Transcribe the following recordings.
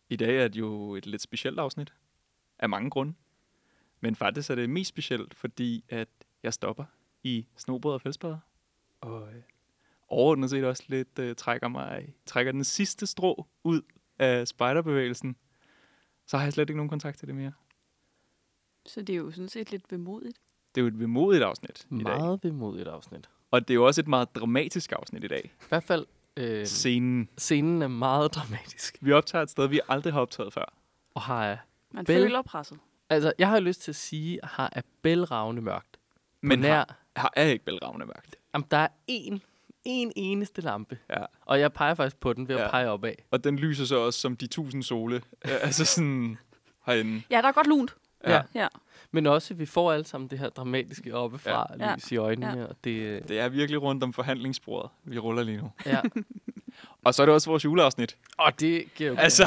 I dag er det jo et lidt specielt afsnit. Af mange grunde. Men faktisk er det mest specielt, fordi at jeg stopper i Snobrød og Fællesbader. Og overordnet set også lidt trækker den sidste strå ud af spejderbevægelsen. Så har jeg slet ikke nogen kontakt til det mere. Så det er jo sådan set lidt vemodigt. Det er jo et vemodigt afsnit i dag. Meget vemodigt afsnit. Og det er jo også et meget dramatisk afsnit i dag. I hvert fald, scenen er meget dramatisk. Vi optager et sted, vi aldrig har optaget før. Og har Man føler presset. Altså, jeg har lyst til at sige, at har er bælragende mørkt. Men er ikke bælragende mørkt. Jamen, der er en eneste lampe. Ja. Og jeg peger faktisk på den ved at pege opad. Og den lyser så også som de 1000 sole. Altså sådan herinde. Ja, der er godt lunt. Ja. Men også, vi får alle sammen det her dramatiske oppefra, lys i øjnene. Ja. Og det er virkelig rundt om forhandlingsbordet, vi ruller lige nu. Ja. Og så er det også vores juleafsnit. Og det giver jo altså,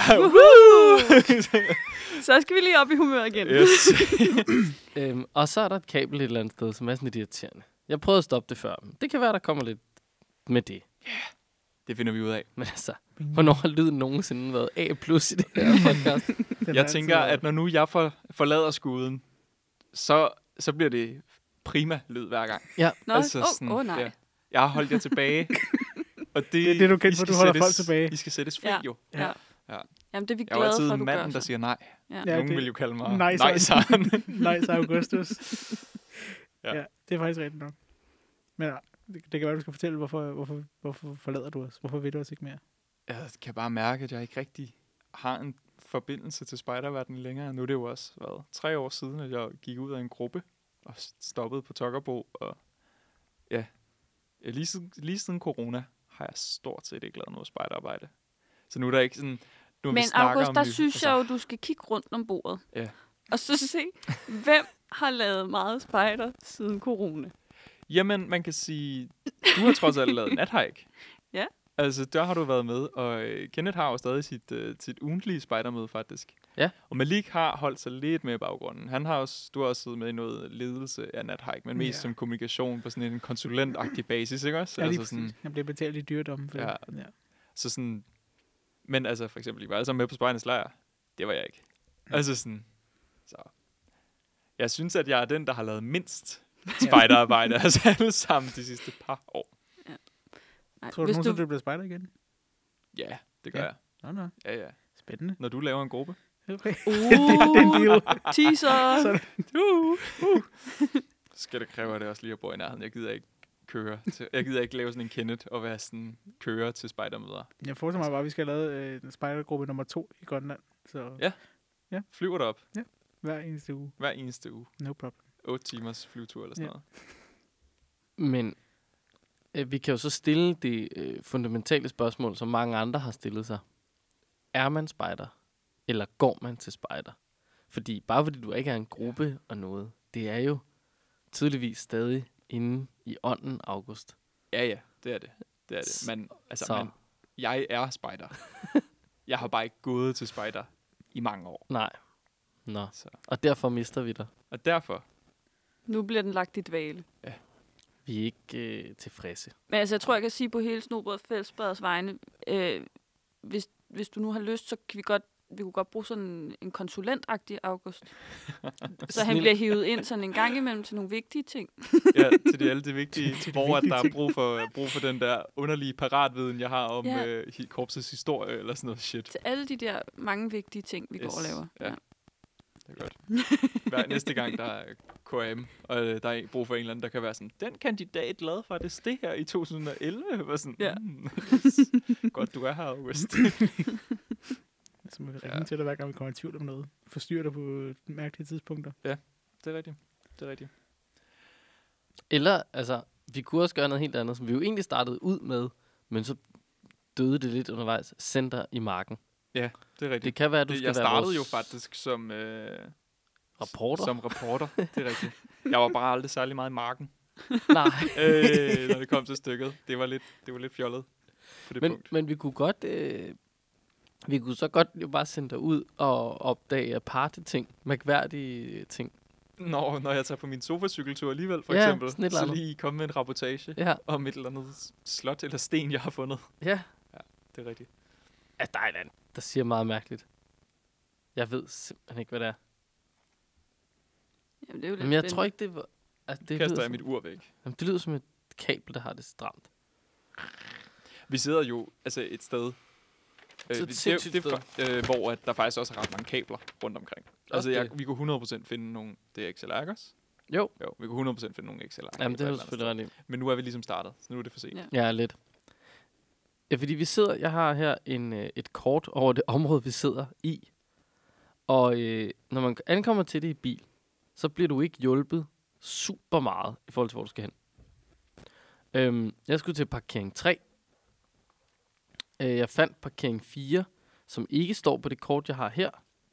så skal vi lige op i humør igen. Yes. Og så er der et kabel et eller andet sted, som er sådan lidt irriterende. Jeg prøvede at stoppe det før. Det kan være, der kommer lidt med det. Ja, det finder vi ud af. Men altså, hvornår har lyden nogensinde været A+ i det her podcast? Jeg tænker, at når nu jeg forlader skuden, så bliver det prima lyd hver gang. Ja. Altså nej. Ja. Jeg har holdt jer tilbage. Og det er det, du kender, for du holder folk tilbage. I skal sættes fri, jo. Ja. Jamen, det er vi glade for, du gør. Jeg var altid manden, der siger nej. Ja. Nogen vil jo kalde mig nej, så Augustus. Ja, det er faktisk rigtigt nok. Men det kan være, du skal fortælle, hvorfor forlader du os? Hvorfor vil du os ikke mere? Jeg kan bare mærke, at jeg ikke rigtig har en forbindelse til spejderverdenen længere. Nu er det jo også 3 år siden, at jeg gik ud af en gruppe og stoppede på Tokkerbo. Og ja, lige siden corona har jeg stort set ikke lavet noget spejderarbejde. Så nu er der ikke sådan... Men August, der synes jeg jo, du skal kigge rundt om bordet. Ja. Og så se, hvem har lavet meget spejder siden corona? Jamen, man kan sige, du har trods alt lavet nathike. Ja. Altså, der har du været med, og Kenneth har jo stadig sit ugentlige spejdermøde, faktisk. Ja. Og Malik har holdt sig lidt med i baggrunden. Du har også siddet med i noget ledelse af nathike, men mest som kommunikation på sådan en konsulentagtig basis, ikke også? Ja, altså sådan, jeg bliver betalt i dyrdom. Ja. Så sådan... Men altså, for eksempel, I var alle sammen med på Spejdernes Lejr. Det var jeg ikke. Altså sådan... Så... Jeg synes, at jeg er den, der har lavet mindst spejderarbejde. Altså alle sammen de sidste par år. Ja. Nej, tror du nogensinde, du bliver spejder igen? Ja, det gør jeg. Nå. Ja. Spændende. Når du laver en gruppe. Okay. Teaser! Så skal det kræve, at det også lige at bo i nærheden. Jeg gider ikke køre. Jeg gider ikke lave sådan en Kenneth og være sådan køre til spejdermøder. Jeg forestiller mig bare, at vi skal have lavet en spejdergruppe nummer 2 i Grønland. Så... Ja. Flyver derop. Ja. Hver eneste uge. No problem. 8 timers flyvetur eller sådan noget. Men vi kan jo så stille det fundamentale spørgsmål, som mange andre har stillet sig. Er man spejder, eller går man til spejder? Fordi du ikke er en gruppe og noget, det er jo tydeligvis stadig inde i ånden, August. Ja, det er det. Men jeg er spejder. Jeg har bare ikke gået til spejder i mange år. Nej. Nå. Og derfor mister vi dig. Og derfor. Nu bliver den lagt i dvale. Ja. Vi er ikke tilfredse. Men altså, jeg tror, jeg kan sige på hele Snobrød og Fællesbaders vegne, hvis du nu har lyst, så kan vi kunne godt bruge sådan en konsulentagtig August. Så han bliver hivet ind sådan en gang imellem til nogle vigtige ting. Ja, til alle de vigtige, hvor der er brug for den der underlige paratviden, jeg har om korpsets historie eller sådan noget shit. Til alle de der mange vigtige ting, vi går og laver. Ja. Det er godt. Næste gang, der er KM, og der er brug for en eller anden, der kan være sådan, den kandidat lavede faktisk det her i 2011. Var sådan, godt, du er her, August. Så må vi ringe til dig, hver gang vi kommer i tvivl om noget. Forstyrrer dig på mærkelige tidspunkter. Ja, det er rigtigt. Eller, altså, vi kunne også gøre noget helt andet, som vi jo egentlig startede ud med, men så døde det lidt undervejs. Center i marken. Ja, det er rigtigt. Det kan være, du skal være Jeg startede jo faktisk som... reporter? Som reporter, det er rigtigt. Jeg var bare aldrig særlig meget i marken. Nej. Når det kom til stykket. Det var lidt fjollet på det punkt. Men vi kunne godt... vi kunne så godt jo bare sende dig ud og opdage aparte ting. Mærkværdige ting. Når jeg tager på min sofacykeltur alligevel, for eksempel. Så lige komme med en rapportage om et eller andet slot eller sten, jeg har fundet. Ja. Ja, det er rigtigt. Altså, der siger meget mærkeligt. Jeg ved simpelthen ikke, hvad det er. Jamen, det er jo lidt Men jeg spændende. tror ikke, det var... Altså, det Kaster lyder jeg mit ur væk. Jamen, det lyder som et kabel, der har det stramt. Vi sidder jo et sted, Så et sindssygt hvor at der faktisk også er ret mange kabler rundt omkring. Altså, det. vi kunne 100% finde nogle DXLR, også? Jo. Jo, vi kunne 100% finde nogle XLR. Jamen, det har du selvfølgelig ret i. Men nu er vi ligesom startet, så nu er det for sent. Ja. Ja, lidt. Ja, fordi jeg har her et kort over det område, vi sidder i. Og når man ankommer til det i bil, så bliver du ikke hjulpet super meget i forhold til, hvor du skal hen. Jeg skulle til parkering 3. Jeg fandt parkering 4, som ikke står på det kort, jeg har her.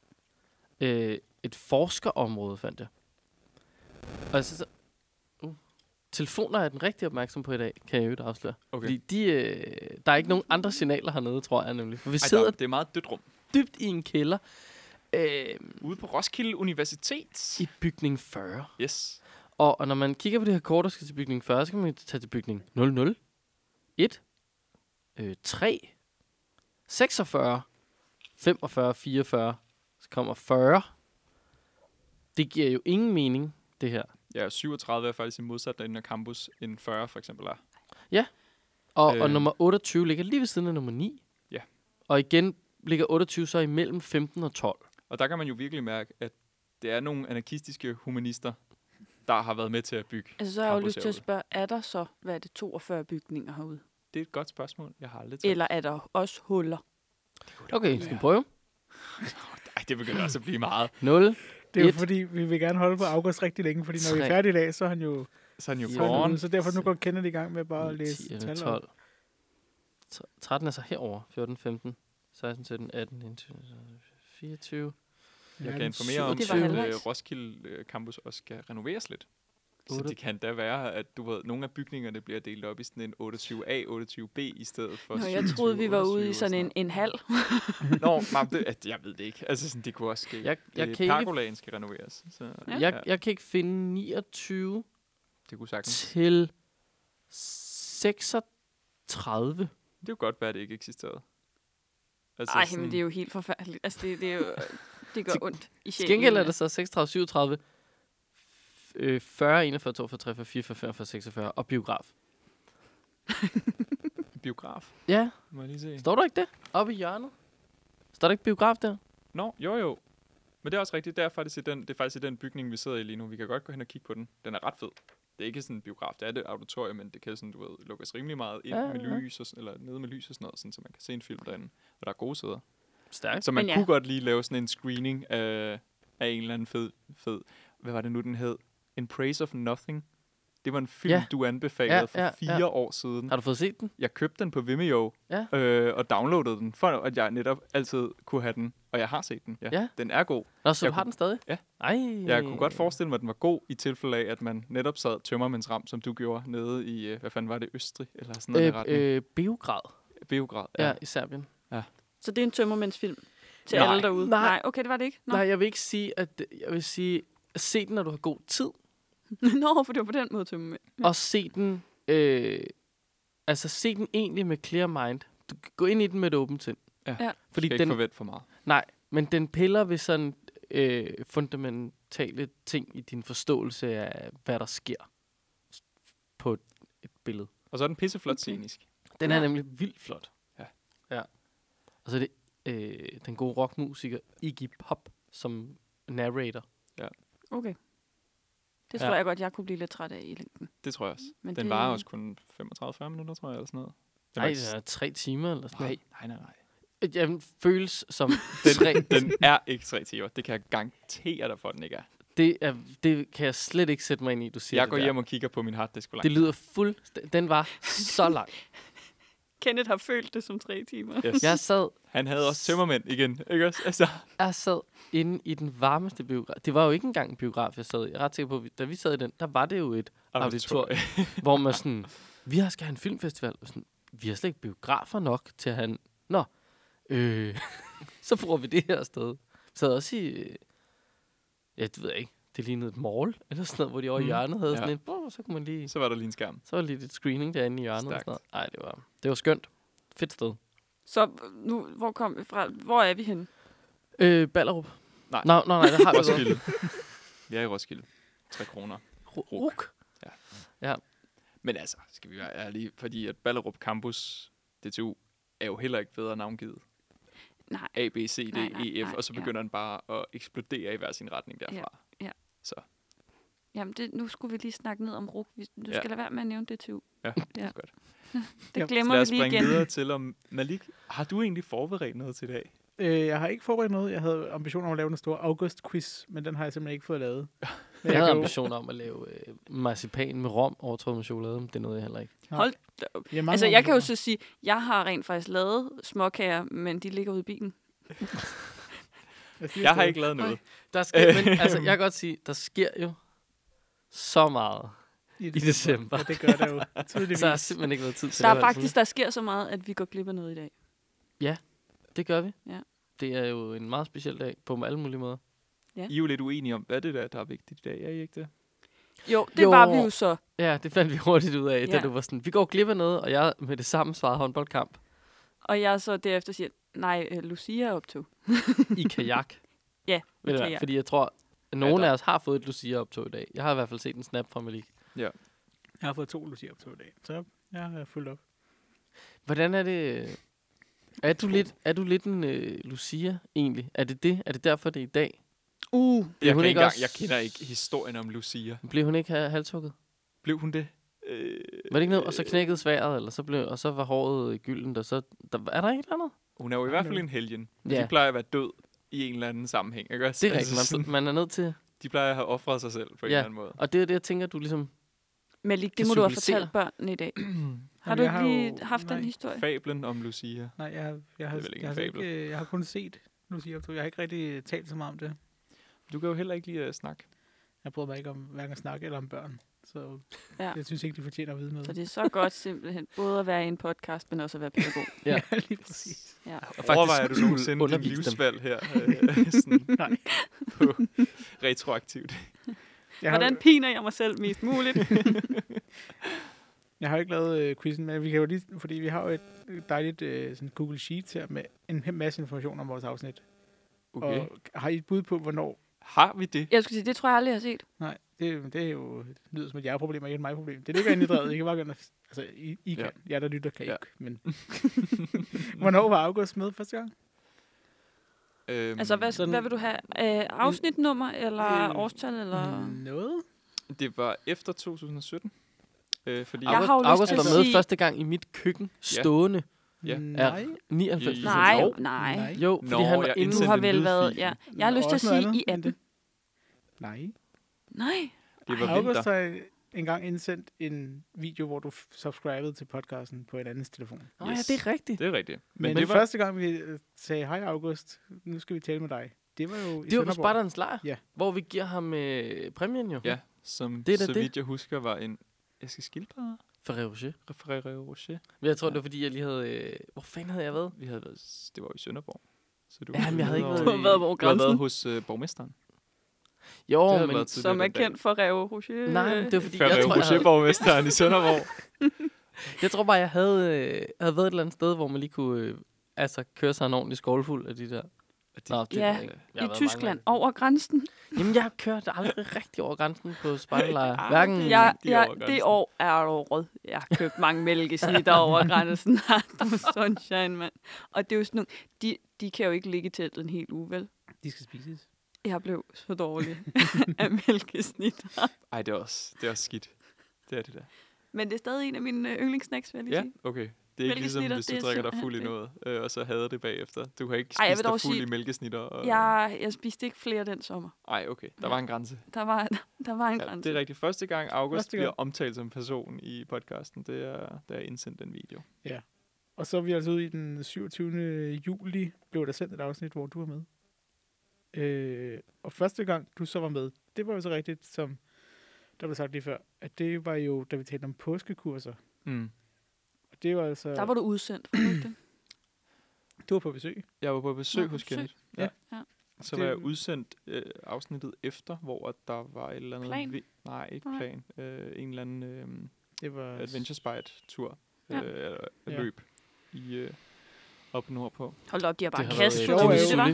Et forskerområde fandt jeg. Og så telefoner er den rigtig opmærksom på i dag, kan jeg jo afsløre. Okay. Fordi der er ikke nogen andre signaler hernede, tror jeg nemlig. For vi sidder det er meget dødt rum. dybt i en kælder. Ude på Roskilde Universitet. I bygning 40. Yes. Og når man kigger på det her kort, og skal til bygning 40, så kan man tage til bygning 00, 1, 3, 46, 45, 44, så kommer 40. Det giver jo ingen mening, det her. Ja, 37 er faktisk i modsætning af campus, end 40 for eksempel er. Og nummer 28 ligger lige ved siden af nummer 9. Ja. Og igen ligger 28 så imellem 15 og 12. Og der kan man jo virkelig mærke, at det er nogle anarkistiske humanister, der har været med til at bygge Altså, så har jeg jo campus lyst til at herude. spørge, er der så, hvad er det, 42 bygninger herude? Det er et godt spørgsmål. Jeg har aldrig tænkt. Eller er der også huller? Okay, skal vi prøve? Ej, det begynder også at blive meget. 0. Det er jo 1. fordi, vi vil gerne holde på August rigtig længe, fordi når vi er 3. færdige i dag, så er han jo Så er han jo Ja. foran. ude, så derfor nu går Kenneth i gang med bare at 10, læse 11, tal 12. 13 er så herover. 14, 15, 16, 17, 18, 19, 24. Jeg kan informere om, Det var at halvvejs. Roskilde Campus også skal renoveres lidt. Så 8. det kan da være, at nogle af bygningerne bliver delt op i sådan en 28A, 28B i stedet for Nå, 27, jeg troede, vi var ude i 28 sådan en halv. Nå, jeg ved det ikke. Altså, sådan, det kunne også ske. Jeg kan ikke- Pergolaen skal renoveres. Så, Jeg kan ikke finde 29 det kunne sagtens. til 36. Det kunne godt være, at det ikke eksisterede. Altså, Ej, men det er jo helt forfærdeligt. Altså, det er jo, det gør ondt i Til sjælen. gengæld er det så 36, 37, 40, 41, 42, 43, 44, 45, 46 og biograf. biograf. Ja, Må jeg lige se. står der ikke det? Oppe i hjørnet. Står der ikke biograf der? Nå, jo. Men det er også rigtigt. Det er faktisk i den bygning, vi sidder i lige nu. Vi kan godt gå hen og kigge på den. Den er ret fed. Det er ikke sådan en biograf. Det er det auditorium, men det kan sådan, lukkes rimelig meget ind Ja, med ja. lys, eller nede med lys og sådan noget, sådan, så man kan se en film derinde. Og der er gode sæder. Stærkt. Så man Men ja. kunne godt lige lave sådan en screening af en eller anden fed... Hvad var det nu, den hed? In Praise of Nothing. Det var en film, Ja. du anbefalede for Ja. 4 år siden. Har du fået set den? Jeg købte den på Vimeo, Ja. og downloadede den, for at jeg netop altid kunne have den. Og jeg har set den. Ja. Den er god. Nå, så Jeg du har kunne- den stadig? Ja. Ej. Jeg kunne godt forestille mig, at den var god i tilfælde af, at man netop sad tømmermændsram, som du gjorde nede i, hvad fanden var det, Østrig? Eller sådan noget i retning. Beograd. Beograd. Ja, i Serbien. Så det er en tømmermændsfilm til Nej. alle derude? Nej. Okay, det var det ikke. Nå. Nej, jeg vil ikke sige, at... Jeg vil sige, se den, når du har god tid. Nå, for det var på den måde tømmermænd. Og se den... se den egentlig med clear mind. Du kan gå ind i den med et åbent sind. Ja. Fordi Skal ikke den... forvente for meget. Nej, men den piller ved sådan fundamentale ting i din forståelse af, hvad der sker på et billede. Og så er den pisseflot Okay. scenisk. Den er Ja. nemlig vildt flot. Ja. Og så er det den gode rockmusiker Iggy Pop som narrator. Okay. Det Ja. tror jeg godt, jeg kunne blive lidt træt af i længden. Det tror jeg også. Men Den det, varer også kun 35-40 minutter, tror jeg, eller sådan noget. Den Nej, var det er 3 timer eller sådan noget. nej. Den føles som 3. Den er ikke 3 timer. Det kan jeg garantere dig for, den ikke er. Det kan jeg slet ikke sætte mig ind i, du siger Jeg det går der. hjem og kigger på min harddisk, hvor Det langt. lyder den var så lang. Kenneth har følt det som 3 timer. Yes. Han havde også tømmermænd igen, ikke også? Altså, Jeg sad inde i den varmeste biograf. Det var jo ikke engang en biograf, jeg sad i. Jeg er ret sikker på, da vi sad i den, der var det jo et auditorium, hvor man sådan, vi skal have en filmfestival. Og sådan, vi har slet ikke biografer nok til at have en... Nå, så bruger vi det her sted. Vi sad også i... ja, det ved jeg ikke. Det lignede et mall, eller sådan noget, hvor de over i hjørnet havde sådan en... så kunne man lige... Så var der lige en skærm. Så var der lige lidt screening derinde i hjørnet. Stærkt. Og sådan noget. Ej, det var skønt. Fedt sted. Så nu, hvor kom vi fra? Hvor er vi henne? Ballerup. Nej. Nej, det har vi været. Roskilde. Vi er i Roskilde. 3 kroner. Ruk. Men altså, skal vi være ærlige, fordi at Ballerup Campus DTU er jo heller ikke bedre navngivet. Nej. A, B, C, D, Nej, E, F, og så begynder den bare at eksplodere i hver sin retning derfra. Ja. Så, Jamen, nu skulle vi lige snakke ned om RUC. Du skal lade være med at nævne DTU. ja, det er godt. Det Ja. glemmer Lad vi os lige springe igen. videre til, om Malik, har du egentlig forberedt noget til i dag? Jeg har ikke forberedt noget. Jeg havde ambitioner om at lave en stor august-quiz, men den har jeg simpelthen ikke fået lavet. Men Jeg havde kan jo- ambitioner om at lave marcipan med rom overtrukket med chokolade, men det nåede jeg heller ikke. Hold da op. Jeg, Altså, jeg kan jo så sige, jeg har rent faktisk lavet småkager, men de ligger ude i bilen. Jeg har ikke lavet noget. Der sker, men altså, jeg kan godt sige, der sker jo så meget. i december. Ja, det gør der jo tydeligvis. Så har jeg simpelthen ikke været tid til Der det. er faktisk, der sker så meget, at vi går glip af noget i dag. Det gør vi. Ja. Det er jo en meget speciel dag på alle mulige måder. Ja. I er jo lidt uenige om, hvad det der er vigtigt i dag, er I ikke det? Jo, det Jo. var vi jo så. Ja, det fandt vi hurtigt ud af, da Ja. du var sådan, vi går glip af noget, og jeg med det samme svarede håndboldkamp Og jeg så derefter siger, nej, Lucia er optog. i kajak. Ja, Ved du hvad? kajak. Fordi jeg tror, at nogen der- af os har fået et Lucia-optog i dag. Jeg har i hvert fald set en snap fra Malik. Jeg har fået 2 Lucia op i dag, så jeg har fulgt op. Hvordan er det... Er du lidt en Lucia, egentlig? Er det derfor, det er i dag? Jeg, hun kan ikke ikke også- jeg kender ikke historien om Lucia. Blev hun ikke halshugget? Blev hun det? Var det ikke noget? Og så knækkede sværet, eller og så var håret gyldent, og så... Er der ikke et eller andet? Hun er jo i hvert fald en helgen. Ja. De plejer at være død i en eller anden sammenhæng. Ikke? også? Det er Altså, rigtigt. Man er nødt til... de plejer at have offret sig selv på en Ja. eller anden måde. Og det er det, jeg tænker, du ligesom... Malik, det Kan må du have symbolisere. fortalt børnene i dag. Har Jamen, du jeg ikke lige jo- haft nej. den historie? Fablen om Lucia. Nej, jeg har Det er vel ikke en altså fabel. ikke, jeg har kun set Lucia optog. Jeg har ikke rigtig talt så meget om det. Du kan jo heller ikke lide at snakke. Jeg bryder mig ikke om hverken at snakke eller om børn. Så Ja. jeg synes ikke, de fortjener at vide noget. Så det er så godt simpelthen, både at være i en podcast, men også at være pædagog. Ja. Ja, lige præcis. Ja. Og faktisk Overvejer du skulle nogensinde dit undervise dem. livsvalg her? Sådan Nej. på retroaktivt. Jeg har, Hvordan piner jeg mig selv mest muligt? jeg har ikke lavet quizzen, men vi kan jo lige, fordi vi har jo et dejligt sådan Google Sheet her med en masse information om vores afsnit. Okay. Og har I et bud på, hvornår? Har vi det? Jeg skulle sige, det tror jeg aldrig, jeg har set. Nej, det er jo det lyder som et jer-problem, og ikke et mig-problem. Det ligger inde i drevet. I kan bare gå ind og, altså, I kan. Jeg der lytter, kan Ja. ikke. Men hvornår var August med første gang? Altså, sådan- hvad vil du have? Afsnitnummer, eller årstal, eller... Noget? Det var efter 2017. Fordi Jeg har jo lyst August til var at med sige- første gang i mit køkken, stående. Ja. Nej. 99. Nej, Jo. nej. Jo, fordi Nå, han var jeg inde. Du indsendte har en vel været... lydfil. Ja. Jeg har lyst til at Også noget sige andet i end 18. det. Nej. Nej. det var August vinter. har engang indsendt en video, hvor du subscribede til podcasten på en andens telefon. Nå ja, det er rigtigt. Det er rigtigt. Men det det var... første gang, vi sagde, hej August, nu skal vi tale med dig. Det var jo i Det var på Sønderborg. Spartans lejr, Ja. hvor vi giver ham præmien jo. Ja, som Det er da så det. vidt jeg husker var en æske skildpadder. Ferrero Rocher. Ferrero Rocher. Men jeg tror, det var fordi, jeg lige havde... hvor fanden havde jeg været? Vi havde været, det var jo i Sønderborg. Så du Jamen, jeg havde ikke over været Du har været over Du har været grænsen, hos borgmesteren. Jo, Det havde men... været tidligere som er den dag. kendt for Ferrero Rocher. Nej, men det var fordi, jeg Ferrero tror, jeg, havde, Rocher-borgmesteren i Sønderborg. jeg tror bare, jeg havde været et eller andet sted, hvor man lige kunne køre sig en ordentlig skålfuld af de der. Nå, det Ja, ved jeg ikke. Jeg har I været Tyskland, mange over grænsen. gange. Jamen, jeg har kørt aldrig rigtig over grænsen på Spartanlejr. Hverken... Ja, de over grænsen. det år er du rød. Jeg har købt mange mælkesnitter over grænsen. Du er sunshine, mand. Og det er jo sådan nogle, de kan jo ikke ligge i teltet en hel uge, vel? De skal spises. Jeg blev så dårlig af mælkesnitter. Ej, det er også skidt. Det er det der. Men det er stadig en af mine yndlingssnacks, vil jeg lige Ja, sige. okay. Det er ikke ligesom, Mælkesnitter, hvis det du er drikker dig fuld i simpelthen noget, og så hader det bagefter. Du kan ikke Ej, jeg spise vil dog dig fuld sige- i mælkesnitter. Og... Jeg spiste ikke flere den sommer. Ej, okay. Der var en grænse. Der var en Ja, grænse. det er rigtigt. Første gang August Første gang. bliver omtalt som person i podcasten, det er, da jeg indsendte den video. Og så er vi altså ude i den 27. juli, blev der sendt et afsnit, hvor du var med. Og første gang, du så var med, det var jo så rigtigt, som der blev sagt lige før, at det var jo, da vi talte om påskekurser. Mm. Og det var altså... Der var du udsendt, var du ikke det? Du var på besøg. Jeg var på besøg Nå, hos besøg. Kenneth. Ja. Ja. Så Det- var jeg udsendt afsnittet efter, hvor at der var et eller andet... Plan? Nej, ikke Nej. plan. En eller anden Det var... Adventure Spite-tur. Ja. Løb i op nordpå. Hold da op, de har bare Det har kastet været sjovt, ud i det det, var. Sully.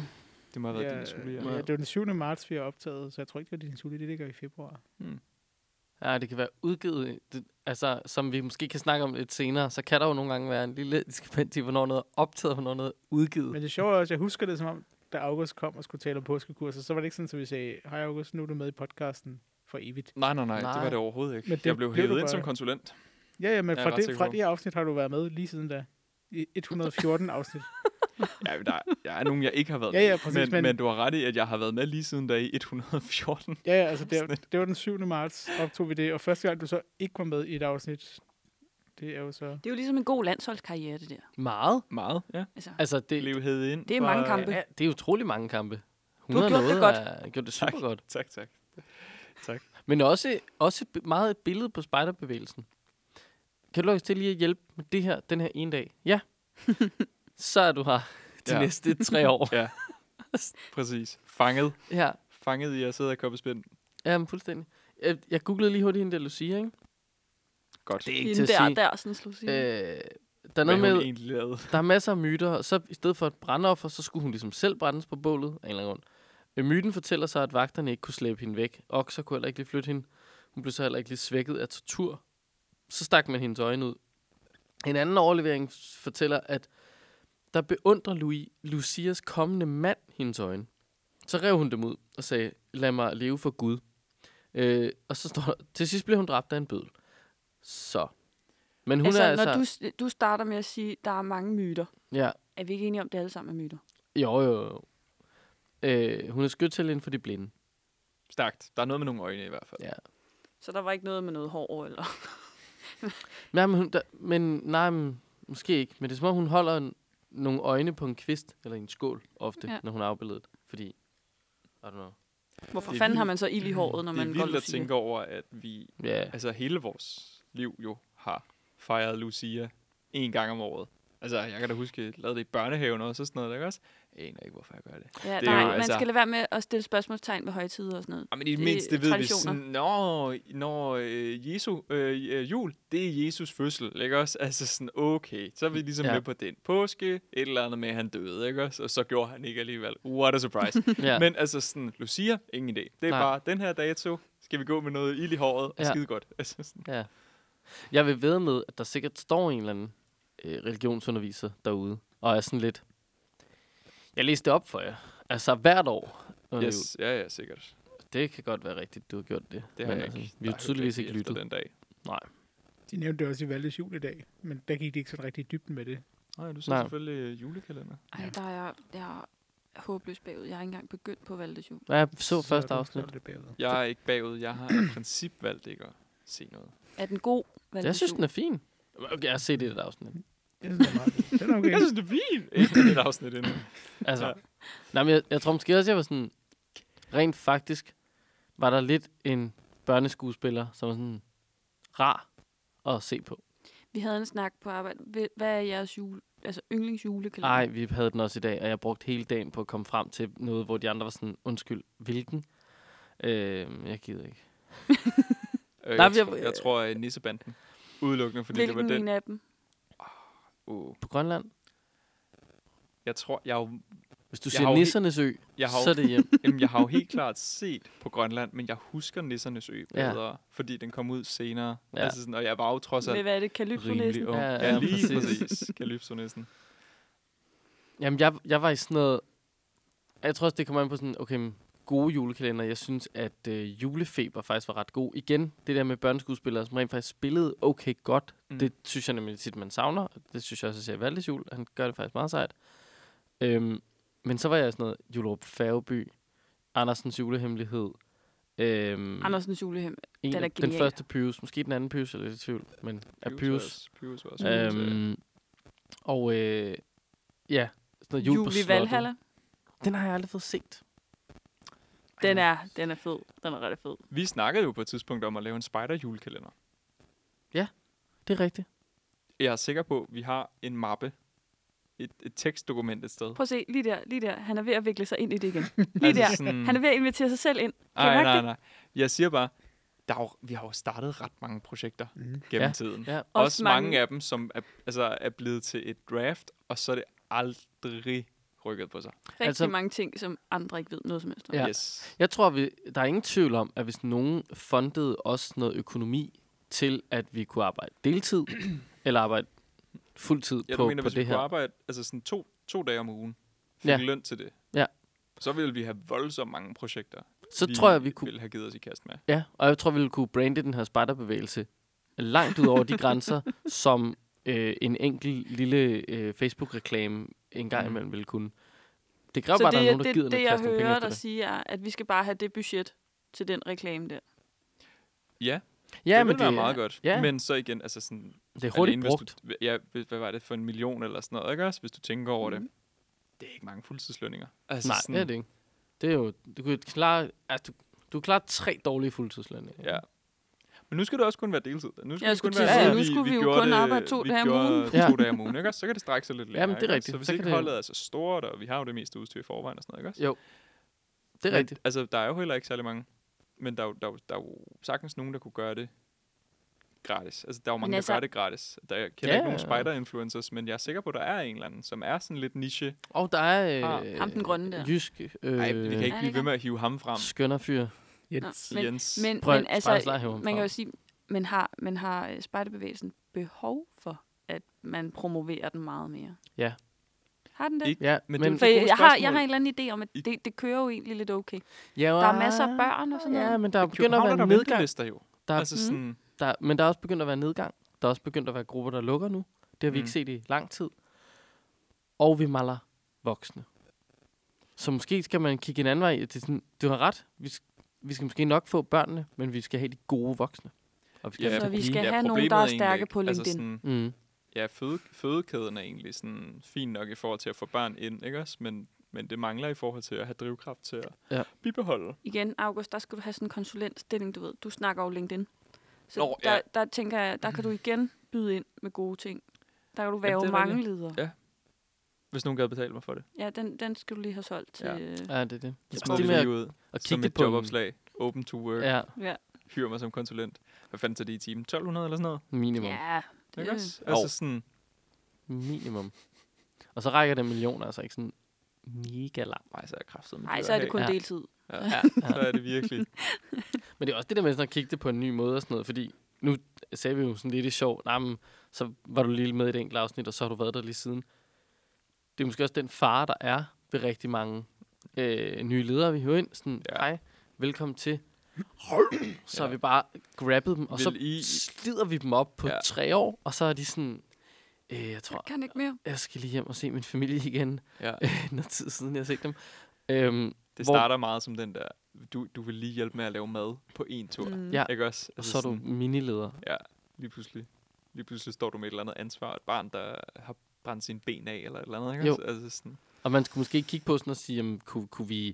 Det må have været din Zulu, ja. Ja, det var den 7. marts, vi har optaget, så jeg tror ikke, det var din Zulu, det ligger i februar. Ja, det kan være udgivet. Altså, som vi måske kan snakke om lidt senere, så kan der jo nogle gange være en lille diskrepans i, hvornår noget er optaget, og hvornår noget er udgivet. Men det sjove er også, jeg husker det som om, da August kom og skulle tale om påskekurser, så var det ikke sådan, at vi sagde, hej August, nu er du med i podcasten for evigt. Nej, det var det overhovedet ikke. Men det jeg blev blev hævet du ind bare- som konsulent. Ja, men Jeg er ret sikker fra på. det her afsnit har du været med lige siden da. I 114 afsnit. Ja, men der er nogen, jeg ikke har været Ja, med. præcis, Men du har ret i, at jeg har været med lige siden dag 114. Ja, altså det var den 7. marts, optog vi det, og første gang du så ikke var med i et afsnit, det er jo så... Det er jo ligesom en god landsholdskarriere, det der. Meget. Meget, ja. Altså, det Blev hævet ind Det er mange kampe. ja, det er utrolig mange kampe. Du har gjort det godt. Gjort det super Tak. godt. Tak. Men også meget et billede på spejderbevægelsen. Kan du også til lige at hjælpe med det her, den her ene dag? Ja. Så er du her de næste 3 år. Ja, præcis. Fanget. Ja, Fanget i at sidde og koppespind. men fuldstændig. Jeg googlede lige hurtigt hende der Lucia, ikke? Godt. Det er ikke Hende til at der, sige. sådan slå sige. Der er Hvad noget hun med, egentlig lavede. der er masser af myter, og så i stedet for et brandoffer, så skulle hun ligesom selv brændes på bålet af en eller anden grund. Myten fortæller så, at vagterne ikke kunne slæbe hende væk. Okser kunne heller ikke lige flytte hende. Hun blev så heller ikke lige svækket af tortur. Så stak man hendes øjne ud. En anden overlevering fortæller, at der beundrer Lucias kommende mand hendes øjne. Så rev hun dem ud og sagde, lad mig leve for Gud. Og så står der, til sidst blev hun dræbt af en bøddel. Så. Men hun Altså, er altså... når du starter med at sige, at der er mange myter. Ja, Er vi ikke enige om, at det alle sammen er myter? jo. Hun er skytsel inden for de blinde. Stærkt. Der er noget med nogle øjne i hvert fald. Ja. Så der var ikke noget med noget hår, eller... Men måske ikke. Men det er som om, hun holder nogle øjne på en kvist, eller en skål ofte, når hun er afbilledet. Fordi, I don't know. Hvorfor Det er fanden har vildt. man så ild i håret, når Det er man går vildt at Lucia? tænke over, at vi, Ja, altså hele vores liv jo, har fejret Lucia 1 gang om året. Altså, jeg kan da huske, jeg lavede det i børnehaven også, og sådan noget, ikke også? Jeg aner ikke, hvorfor jeg gør det. Ja, Det er nej, jo, man altså- skal lade være med at stille spørgsmålstegn ved højtider og sådan noget. Ja, men i det Det mindste er ved vi traditioner. sådan, når jul, det er Jesus fødsel, ikke også? Altså sådan, okay, så er vi ligesom med på den påske, et eller andet med, at han døde, ikke også? Og så gjorde han ikke alligevel. What a surprise. ja. Men altså sådan, Lucia, ingen idé. Det er Nej. bare, den her dato, skal vi gå med noget ild i håret, og skide godt. Altså sådan. Ja. Jeg vil vædde med, at der sikkert står en eller anden religionsunderviser derude, og er sådan lidt... Jeg læste det op for jer. Altså hvert år. under Yes, ja, sikkert. jul. Det kan godt være rigtigt, du har gjort det. Det har Men jeg ikke. Vi har tydeligvis ikke efter lyttet. den dag. Nej. De nævnte det også i Valdes jul i dag, men der gik de ikke sådan rigtig i dybden med det. Nej, du ser Nej. selvfølgelig julekalender. Ej, jeg er håbløst bagud. Jeg har ikke engang begyndt på Valdes jul. Jeg så første er du- afsnit. så er det bagud. Jeg er ikke bagud. Jeg har i princip valgt ikke at se noget. Er den god, Valdes Jeg synes, jul? den er fin. Okay, jeg har set et afsnit. Jeg synes, det er meget god. Den er okay. Jeg synes, det er fint. Ikke et afsnit endnu. Altså, Ja. nej, men jeg tror måske også, jeg var sådan... Rent faktisk var der lidt en børneskuespiller, som var sådan rar at se på. Vi havde en snak på arbejde. Hvad er jeres yndlingsjulekalender? Nej, vi havde den også i dag, og jeg brugte hele dagen på at komme frem til noget, hvor de andre var sådan, undskyld, hvilken? Jeg gider ikke. Nej, Jeg tror, at Nissebanden. Udelukkende, fordi Hvilken det var den. en af dem? På Grønland? Jeg tror, jeg Hvis du Jeg siger har jo Nissernes Ø, Jeg har så er det hjem. jeg har jo helt klart set på Grønland, men jeg husker Nissernes Ø bedre, fordi den kom ud senere. Ja. Altså sådan, og jeg var jo trods alt Med hvad er det? Kalypso-næsten? rimelig ung. Ja, Ja, lige præcis. præcis. Calypso-næsten. Jamen, jeg var i sådan noget... Jeg tror også, det kommer an på sådan, okay, men gode julekalender. Jeg synes, at Julefeber faktisk var ret god. Igen, det der med børneskuespillere, som rent faktisk spillede okay godt. Det synes jeg nemlig tit, man savner. Det synes jeg også, at jeg ser Valdes jul. Han gør det faktisk meget sejt. Men så var jeg sådan noget Julerup Færgeby, Andersens julehemmelighed. Andersens julehjem. Den er Den genial. første Pyrus. Måske den anden Pyrus, eller lidt i tvivl. Men er Pyrus. Pyrus var også god. Og ja, sådan noget jul på Jul i slottet. Valhalla. Den har jeg aldrig fået set. Den er fed. Den er ret fed. Vi snakkede jo på et tidspunkt om at lave en spider-julekalender. Det er rigtigt. Jeg er sikker på, at vi har en mappe, et tekstdokument et sted. Prøv at se, lige der. Han er ved at vikle sig ind i det igen. Lige Altså der. sådan- Han er ved at invitere sig selv ind. Kan I mærke det? Nej. Jeg siger bare, vi har jo startet ret mange projekter gennem Ja. tiden. Ja. Også mange af dem, som er blevet til et draft, og så er det aldrig rykket på sig. Rigtig mange ting, som andre ikke ved noget som helst om. Ja. Yes. Jeg tror, der er ingen tvivl om, at hvis nogen fundede os noget økonomi til, at vi kunne arbejde deltid, eller arbejde fuldtid Ja, på, du mener, på hvis vi det kunne her. arbejde altså sådan to dage om ugen, fik Ja. løn til det, Ja. så ville vi have voldsomt mange projekter, Så tror jeg, vi kunne... ville have givet os i kast med. Ja, og jeg tror, vi ville kunne brande den her spejderbevægelse langt ud over de grænser, som en enkelt lille Facebook-reklame en gang imellem ville kunne. Det kræver Så bare, at der er det, nogen, der gider det at jeg kaste nogle penge hører efter dig det. sige, er, at vi skal bare have det budget til den reklame der. Ja, Ja, det men ville være meget godt. ja. Men så igen, altså sådan... det er hurtigt alene, brugt. Hvis du, hvad var det for 1 million eller sådan noget, ikke også? Hvis du tænker over det. Det er ikke mange fuldtidslønninger. Altså Nej, sådan, det er det ikke. Det er jo... Du kan klare... Altså, du klarer 3 dårlige fuldtidslønninger. Ja. Men nu skal det også kun være deltid. Nu skal Jeg det skulle kun til at være sige, sådan, nu skulle vi jo gjorde kun det- arbejde 2 vi dage om gjorde ugen. 2 Ja. dage om ugen, ikke også? Så kan det strække sig lidt længere. Jamen, det er ikke også? rigtigt. Så hvis Så ikke kan det- holdet er så stort, og vi har jo det meste udstyr i forvejen og sådan noget, ikke også? Jo. Det er Men, rigtigt. Altså, der er jo heller ikke særlig mange. Men der er jo sagtens nogen, der kunne gøre det gratis. Altså, der er jo mange, altså- der gør det gratis. Der kender Ja. ikke nogen spider-influencers, men jeg er sikker på, at der er en eller anden, som er sådan lidt niche. Og der er... Ham den grønne der. Jysk... Nej, vi kan ikke det blive ved med at hive ham frem. Skønner fyr. Jens. Men- Jens. Prøv Men at altså, spejderslag hæver ham man kan frem. jo sige, men har spejderbevægelsen behov for, at man promoverer den meget mere? Ja. Har den det? Ikke, Ja, men men... det For er et godt jeg har spørgsmål. en eller anden idé om, at det kører jo egentlig lidt okay. Ja, Der er masser af børn og sådan noget. Ja, men der I begynder at København er være der nedgang. ventelister jo. Der er, Altså sådan, men der er også begyndt at være nedgang. Der er også begyndt at være grupper, der lukker nu. Det har vi ikke set i lang tid. Og vi mangler voksne. Så måske skal man kigge en anden vej. Det er sådan, du har ret. Vi skal måske nok få børnene, men vi skal have de gode voksne. Og vi skal Ja, have Så dem til vi at skal blive. have nogen, problemet der er egentlig stærke ikke- på altså LinkedIn. sådan, Mm. ja, fødekæden er egentlig sådan fin nok i forhold til at få børn ind, ikke også? Men det mangler i forhold til at have drivkraft til at bibeholde. Igen, August, der skal du have sådan en konsulentstilling, du ved. Du snakker jo LinkedIn. Så Nå, ja. der tænker jeg, der kan du igen byde ind med gode ting. Der kan du være Jamen, jo det er mange rigtigt. ledere. Ja. Hvis nogen gad betale mig for det. Ja, den skal du lige have solgt til... Ja. Ja, det er det. Så Det smider vi med lige ud at som kigge et på jobopslag. Open to work. Ja, Ja. Hyr mig som konsulent. Hvad fanden tager de i timen? 1200 eller sådan noget? minimum. Ja, Ikke også? Jo. Altså sådan, Minimum. Og så rækker den millioner altså ikke sådan mega langt. nej, så er jeg kraftet. nej, så er det kun Ja. deltid. Ja, så er det virkelig. Men det er også det der med sådan at kigge det på en ny måde og sådan noget, fordi nu sagde vi jo sådan lidt i sjov, så var du lige med i et enkelt afsnit, og så har du været der lige siden. Det er måske også den fare, der er ved rigtig mange nye ledere, vi hører ind. Sådan, Ja. hej, velkommen til. Så har Ja. vi bare grabbet dem, og så Vil I- slider vi dem op på 3 år, og så er de sådan, jeg tror, Jeg kan ikke mere. jeg skal lige hjem og se min familie igen. Ja. Noget tid siden, jeg har set dem. Det Hvor- starter meget som den der, du vil lige hjælpe med at lave mad på en tur. Ja. Ikke også? Og så er du minileder. Ja, lige pludselig står du med et eller andet ansvar. Et barn, der har brændt sine ben af, eller et eller andet. Ikke? Jo. også? Altså sådan, Og man skulle måske kigge på sådan og sige, jamen, kunne vi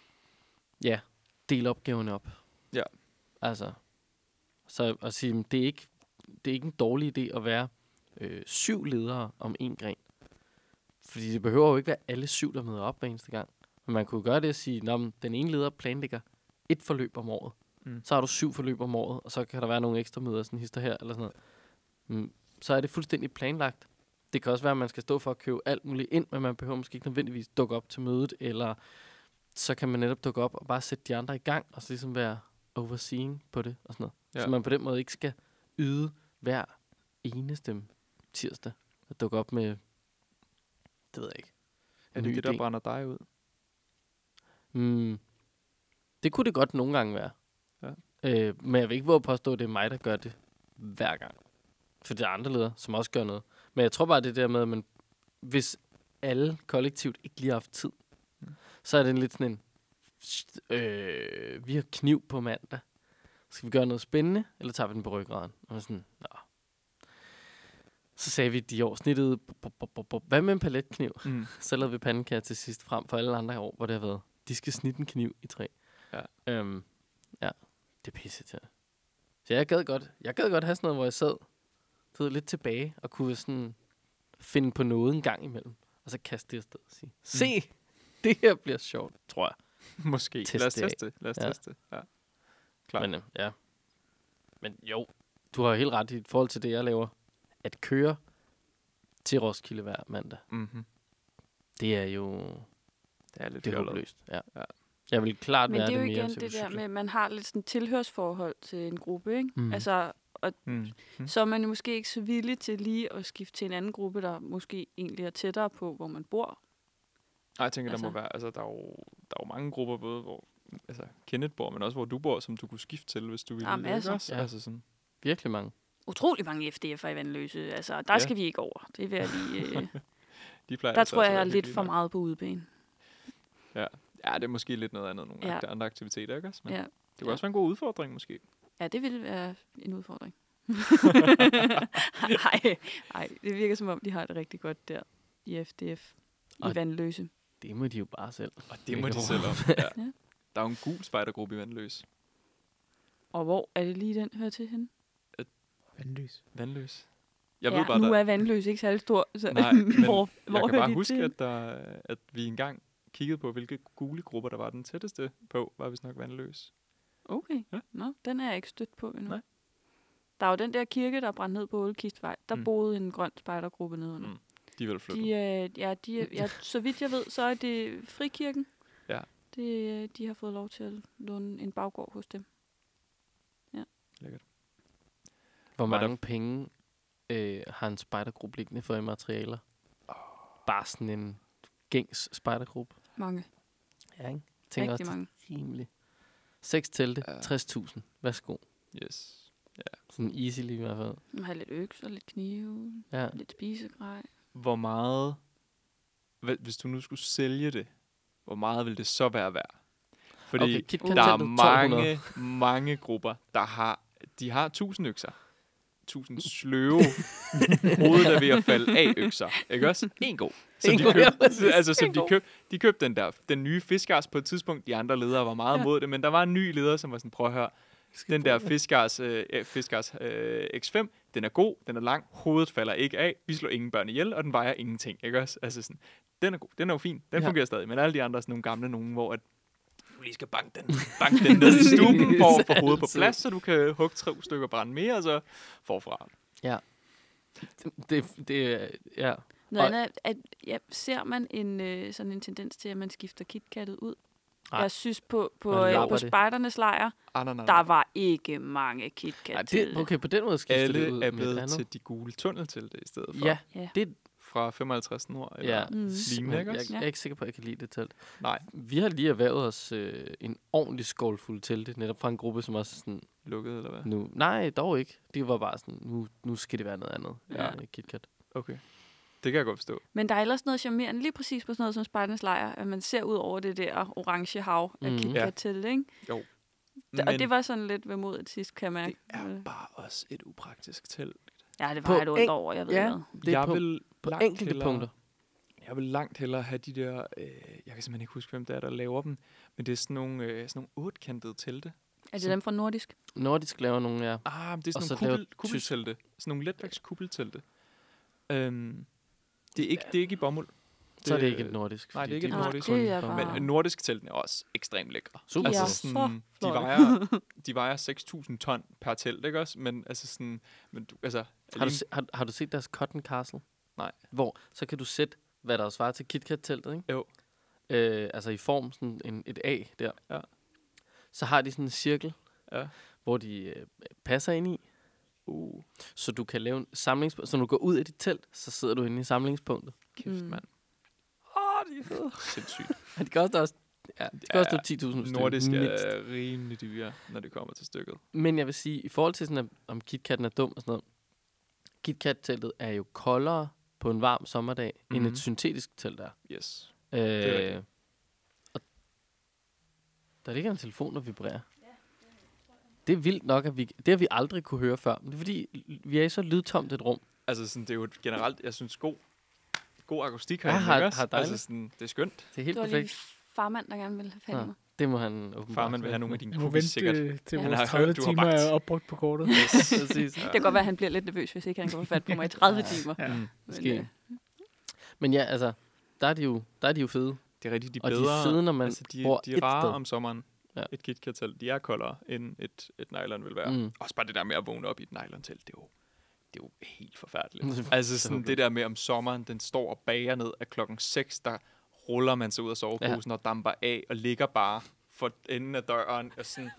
dele opgaverne op? Ja. Altså, så at sige, jamen, det er ikke en dårlig idé at være 7 ledere om en gren. Fordi det behøver jo ikke være alle 7, der møder op hver eneste gang. Men man kunne gøre det at sige, at den ene leder planlægger 1 forløb om året. Mm. Så har du 7 forløb om året, og så kan der være nogle ekstra møder, sådan hister her, eller sådan noget. Så er det fuldstændig planlagt. Det kan også være, at man skal stå for at købe alt muligt ind, men man behøver måske ikke nødvendigvis dukke op til mødet, eller så kan man netop dukke op og bare sætte de andre i gang, og så ligesom være overseeing på det, og sådan noget. Ja. Så man på den måde ikke skal yde hver eneste tirsdag at dukke op med, det ved jeg ikke. er en det ny det, der idé. brænder dig ud? Det kunne det godt nogle gange være. Ja. Men jeg vil ikke våge at påstå, at det er mig, der gør det hver gang. For det er andre ledere, som også gør noget. Men jeg tror bare, det der med, at man, hvis alle kollektivt ikke lige har haft tid, så er det lidt sådan en, vi har kniv på mandag. Skal vi gøre noget spændende, eller tager vi den på ryggraden? Og man er sådan, nå. Så sagde vi de år snittet, hvad med en paletkniv? Mm. Så lavede vi pandekager til sidst frem for alle andre år, hvor det har været, de skal snitte en kniv i 3. Ja. Ja, det er pisse til. Så jeg gad godt have sådan noget, hvor jeg sad lidt tilbage og kunne sådan finde på noget en gang imellem, og så kaste det afsted og sige, se, det her bliver sjovt, tror jeg. Måske. Teste Lad os det af. teste det. Lad os Ja. teste det. Ja. Klart. Men ja. Men jo, du har helt ret i forhold til det, jeg laver. At køre til Roskilde hver mandag. Mm-hmm. Det er jo Det er lidt det er fjollet. håbløst. Ja. Ja. Jeg vil klart Men være det er jo mere, igen hvis jeg det ville der cykle. med, at man har lidt sådan tilhørsforhold til en gruppe, ikke? Mm. Altså, så er man jo måske ikke så villig til lige at skifte til en anden gruppe, der måske egentlig er tættere på, hvor man bor. Nej, jeg tænker, der må Altså. være, altså der er jo mange grupper, både hvor altså Kenneth bor, men også hvor du bor, som du kunne skifte til, hvis du ville. Der er masser. Ikke også? Ja. Altså sådan, Virkelig mange. Utrolig mange FDF'er i Vandløse. Altså, der Ja. skal vi ikke over. Det vil jeg lige... de plejer der altså tror også jeg, at jeg er være lidt hyggelige for nok. meget på udebane. Ja, det er måske lidt noget andet, nogle Ja. andre aktiviteter, ikke også? Men Ja. det kunne også være en god udfordring, måske. Ja, det ville være en udfordring. Nej, det virker som om, de har det rigtig godt der i FDF. Og- I Vandløse. Det må de jo bare selv. Og det må Ikke de selv om. Ja. Ja. Der er jo en gul spejdergruppe i Vandløs. Og hvor er det lige den hører til henne? Vandløs. Vandløs. Jeg ved bare, nu der... er Vandløse ikke særlig stor. Så Nej, men hvor jeg kan hører bare de huske, til? at vi engang kiggede på, hvilke gule grupper, der var den tætteste på, var vist nok Vandløs. Okay. Ja. Nå, den er jeg ikke stødt på endnu. Nej. Der er jo den der kirke, der er brændt ned på Ålekistvej. Der boede en grøn spejdergruppe nedenunder. Mm. De er vel flyttet. Så vidt jeg ved, så er det Frikirken. Ja. De har fået lov til at låne en baggård hos dem. Lækkert. Hvor Var der- mange penge har en spejdergruppe liggende for i materialer? Bare sådan en gængs spejdergruppe. Mange. Ja, ikke? Tænker Rigtig også, mange. det er rimeligt. 6 telte, Ja. 60.000. Værsgo. Yes. Sådan easy lige i hvert fald. Man har lidt økser, lidt knive, Ja. lidt spisegrej. Hvor meget, hvis du nu skulle sælge det, hvor meget vil det så være værd? Fordi Okay, KitKat der er teltet, 1200. mange grupper, der har 1000 økser. 1000 sløve hovedet er ved at falde af økser. Ikke også? En god. Som En de god, ja, købte, præcis. altså, som En de god. købte, de købte den nye fiskars på et tidspunkt. De andre ledere var meget mod det, men der var en ny leder, som var sådan, prøv at høre, den der fiskars X5, den er god, den er lang, hovedet falder ikke af, vi slår ingen børn ihjel, og den vejer ingenting. Ikke også? Altså sådan, den er god, den er jo fin, den Ja. fungerer stadig, men alle de andre er sådan nogle gamle nogen, hvor at du lige skal banke den ned i stuben for at få hovedet på Altid. plads, så du kan hugge 3 stykker brænde mere, og så forfra. Ja. Noget Og- andet er, at ser man sådan en tendens til, at man skifter KitKatet ud? Nej. Jeg synes på Man lapper det. spejdernes lejr, Nej. der var ikke mange Ej, KitKat det, okay, på den måde skifter det ud Alle er med et blevet andet. til de gule tunneltelte i stedet for. Ja, Ja. det Fra 55 nord, eller ja. lignende, ikke også? Jeg er ikke sikker på, at jeg kan lide det telt. Nej, Vi har lige erhvervet os en ordentlig skål fuld telte, netop fra en gruppe, som også sådan, lukket, eller hvad? nu, nej, dog ikke. Det var bare sådan, nu skal det være noget andet. Ja. Ja. KitKat. Okay. Det kan jeg godt forstå. Men der er ellers noget charmerende lige præcis på sådan noget som spejdernes lejr, at man ser ud over det der orange hav af Mhm. KitKat-telt, ikke? Jo. Og det var sådan lidt vemodigt sidst, kan jeg mærke. det er bare også et upraktisk telt. Ja, det På var et ondt en- over, jeg ved ja. hvad. Det er Jeg på, vil på langt enkelte hellere- punkter. Jeg vil langt hellere have de der, jeg kan simpelthen ikke huske, hvem det er, der laver dem, men det er sådan nogle 8-kantede telte. Er det Som- dem fra Nordisk? Nordisk laver nogle, ja. Men det er Og sådan så nogle laver kuppeltelte. Sådan nogle letvægtskuppeltelte. Det er ikke i bomuld. Så er det ikke et nordisk. nej, fordi det er ikke et Nej, nordisk. det er kun- bare- Men nordisk telten er også ekstremt lækre. Super. Ja, Altså så sådan, de flotte. vejer 6.000 ton per telt, ikke også? Men altså sådan, Har du, har du set deres Cotton Castle? Nej. Hvor, så kan du sætte, hvad der svarer til KitKat-teltet, ikke? Jo. Altså i form, sådan et A der. Ja. Så har de sådan en cirkel, Ja. hvor de passer ind i. Så du kan lave en samlingspunkt. Så når du går ud af dit telt, så sidder du inde i samlingspunktet. Kæft, mand. De er fede. Sindssygt. Det koster også, det koster 10.000 stykker. Nordisk mindst. er rimelig dyre, når det kommer til stykket. Men jeg vil sige, i forhold til sådan, om KitKatten er dum og sådan noget, KitKat-teltet er jo koldere på en varm sommerdag, end Mhm. et syntetisk telt er. Yes. er rigtigt. Og der ligger en telefon, der vibrerer. Det er vildt nok, at det har vi aldrig kunne høre før. Men det er fordi, vi er i så lydtomt et rum. Altså sådan, det er jo et generelt, jeg synes, god akustik Ja, herinde, har ikke også? dejligt. Altså sådan, det er skønt. Det er helt Det var lige perfekt. farmand, der gerne ville have fat i Ja. mig. Det må han åbenbart. Farmand vil have nogle af dine Jeg må cookies, vente sikkert. til Ja. Han vores har 30 hørt, du har timer vagt. er opbrugt på kortet. Præcis. Det kan godt være, at han bliver lidt nervøs, hvis ikke han kan få fat på mig i 30 timer. Ja. Mm. Måske. Men ja, altså, der er de jo fede. Det er rigtigt, de er Og de bedre. er fede, når man altså, bor de er et rare sted. om sommeren. Ja. Et KitKat-telt. De er koldere, end et nylon vil være. Mm. Også bare det der med at vågne op i et nylon-telt, det det er jo helt forfærdeligt. Altså sådan det der med om sommeren, den står og bager ned af 6:00, der ruller man sig ud af soveposen og damper af og ligger bare for enden af døren og sådan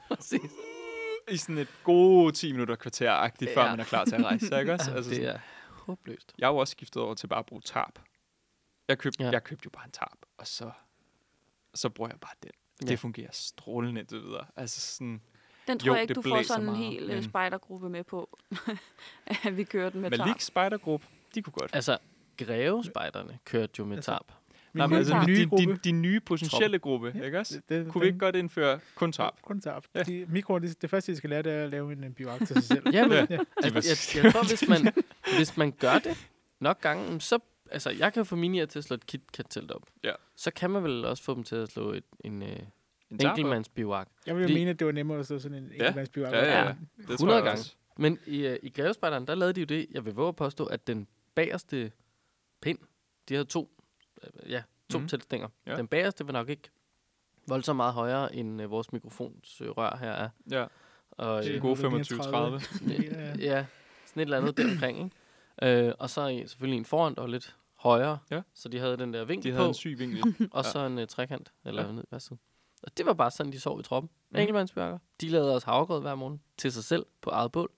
i sådan et gode 10 minutter kvarter-agtigt, før man er klar til at rejse. Ikke også? Altså, det er håbløst. jeg har jo også skiftet over til bare at bruge tarp. Jeg købte jo bare en tarp, og så bruger jeg bare den. Det fungerer strålende indtil videre. Altså sådan, Den tror jeg ikke, du får sådan en hel spejdergruppe med på, at vi kører den med tarp. Malik spejdergruppe, de kunne godt. Altså, Greve-spejderne kørte jo med tarp. Nej, men altså de nye potentielle gruppe, ikke også? Kunne vi ikke godt indføre kun tarp? Kun tarp. Ja. Det første, de skal lære, det er at lave en bivak til sig selv. Jamen, jeg tror, hvis man gør det nok gange, så... Altså, jeg kan få minier til at slå et KitKat-telt op. Ja. Så kan man vel også få dem til at slå en enkeltmandsbivak. Jeg vil jo mene, at det var nemmere at slå sådan en enkeltmandsbivak. Ja. Det 100 gange. Men i Grevespejderen, der lavede de jo det, jeg vil våge at påstå, at den bagerste pind, de havde to teltstænger. Ja. Den bagerste var nok ikke voldsomt meget højere, end vores mikrofonsrør her er. Ja, og, det er gode 25-30. Ja, sådan et eller andet deromkring, ikke? Og så selvfølgelig en foran, der var lidt højere, så de havde den der vinkel på. De havde en syg vinkel. Og så en trekant, eller ned hver side. Og det var bare sådan, de sov i troppen. Enkeltmandsbjørker. De lavede også havregrød hver morgen til sig selv på eget bål.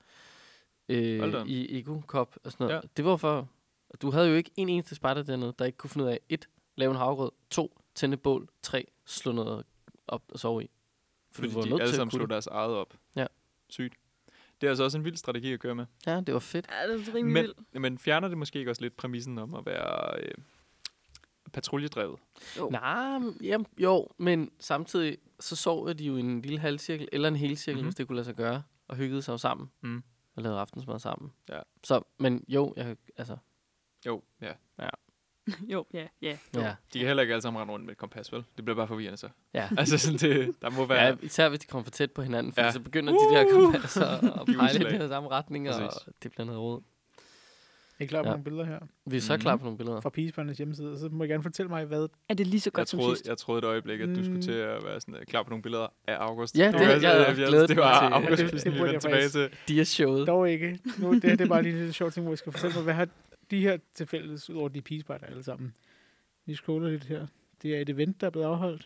I Ego-kop og sådan noget. Ja. Det var for... Du havde jo ikke en eneste spejder dernede, der ikke kunne finde ud af 1. Lave en havregrød. 2. Tænde bål. 3. Slå noget op og sove i. Fordi de alle sammen slog deres eget op. Ja. Sygt. Det er altså også en vild strategi at køre med. Ja, det var fedt. Ja, det er rimelig vildt. Men fjerner det måske ikke også lidt præmissen om at være patruljedrevet? Jo, men samtidig så sov de jo i en lille halvcirkel, eller en helcirkel, hvis det kunne lade sig gøre, og hyggede sig sammen, og lavede aftensmad sammen. Ja. Så, men jo, altså... Jo, ja. Jo. De kan heller ikke alle sammen rende rundt med et kompas, vel? Det bliver bare forvirrende så. Ja. Altså sådan det, der må være... Ja, især hvis de kommer for tæt på hinanden, for så begynder de der kompasser og pejle i de samme retninger, og det bliver noget råd. Jeg er klar på nogle billeder her. Vi er så klar på nogle billeder. Fra Pigespejdernes hjemmeside, og så må I gerne fortælle mig, hvad... Er det lige så godt som sidst? Jeg troede et øjeblik, at du skulle til at være sådan, klar på nogle billeder af August. Ja, jeg glæder det var August, vi vendte tilbage til. De er showet. Dog ikke. Nu, det er bare lige lidt sjovt ting, hvor jeg skal fortælle mig, hvad har de her tilfældes, udover de Pigespejder alle sammen. Vi scroller lidt her. Det er et event, der er blevet afholdt.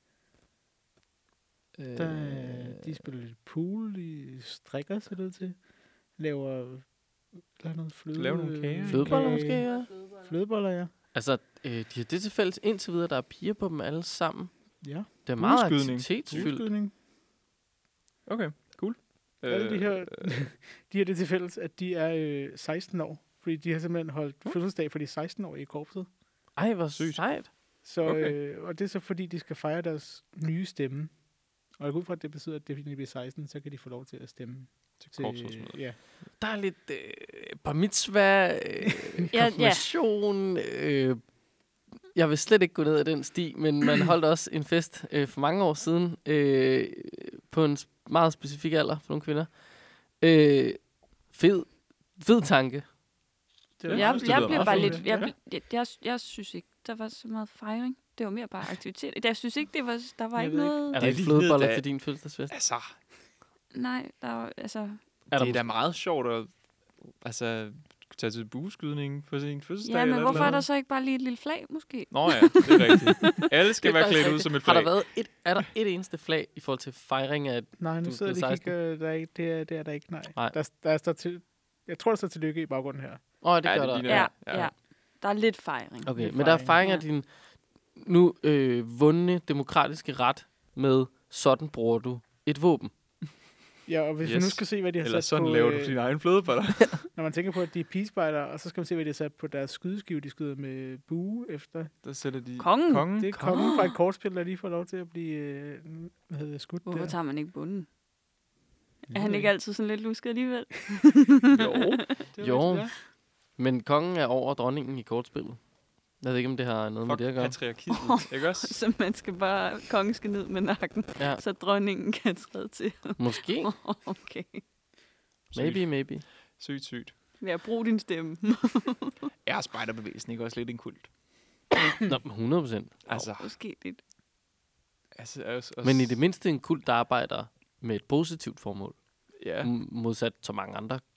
De spiller lidt pool, de strikker sig lidt til. Laver noget fløde. Laver nogle kager. Flødeboller måske, ja. Flødeboller, ja. Altså, de har det til fælles indtil videre, der er piger på dem alle sammen. Ja. Det er meget aktivitetsfyldt. Okay, cool. Alle de her det til fælles, at de er 16 år. Fordi de har simpelthen holdt fødselsdag for de 16 år i korpset. Ej, hvor sejt. Så, og det er så fordi, de skal fejre deres nye stemme. Og jeg går ud fra, at det betyder, at det, når de bliver 16, så kan de få lov til at stemme. Til korpsrådsmødet. Ja. Der er lidt bar mitzvah, konfirmation. Jeg vil slet ikke gå ned ad den sti, men man holdt også en fest for mange år siden på en meget specifik alder for nogle kvinder. Fed tanke. Jeg bliver bare lidt... Jeg synes ikke, der var så meget fejring. Det var mere bare aktivitet. Jeg synes ikke, der var ikke noget... Er der ikke flødeboller til din fødselsdagsfest? Altså... Nej, der var... Altså... Det er da meget sjovt at tage til bueskydning på sin fødselsdag. Ja, men hvorfor er der så ikke bare lige et lille flag, måske? Nå ja, det er rigtigt. Alle skal være klædt ud som et flag. Har der været er der et eneste flag i forhold til fejring af... Nej, nu sidder de og kigger. Det er der ikke, nej. Der står til... Jeg tror, der står tillykke i baggrunden her. Det gør der. Ja. Der er lidt fejring. Okay, men der er fejring af din nu vundne demokratiske ret med, sådan bruger du et våben. Ja, og hvis vi nu skal se, hvad de har eller sat på... Eller sådan laver du din egen flødeboller. Når man tænker på, at de er pigespejder, og så skal man se, hvad de har sat på deres skydeskive, de skyder med bue efter. Der sætter de... Kongen. Det er kongen fra et kortspil, der lige får lov til at blive skudt. Hvorfor tager man ikke bunden? Er han ikke altid sådan lidt lusket alligevel? Jo. Men kongen er over dronningen i kortspillet. Jeg ved ikke, om det har noget med det at gøre. Patriarkiet, ikke også? Så man skal bare... Kongen skal ned med nakken, så dronningen kan træde til. Måske. Okay. Maybe. Sygt. Ved at bruge din stemme. Er spejderbevægelsen ikke også lidt en kult? Nå, 100%. Altså. Måske lidt. Altså, men i det mindste en kult, der arbejder med et positivt formål. Ja. Modsat så mange andre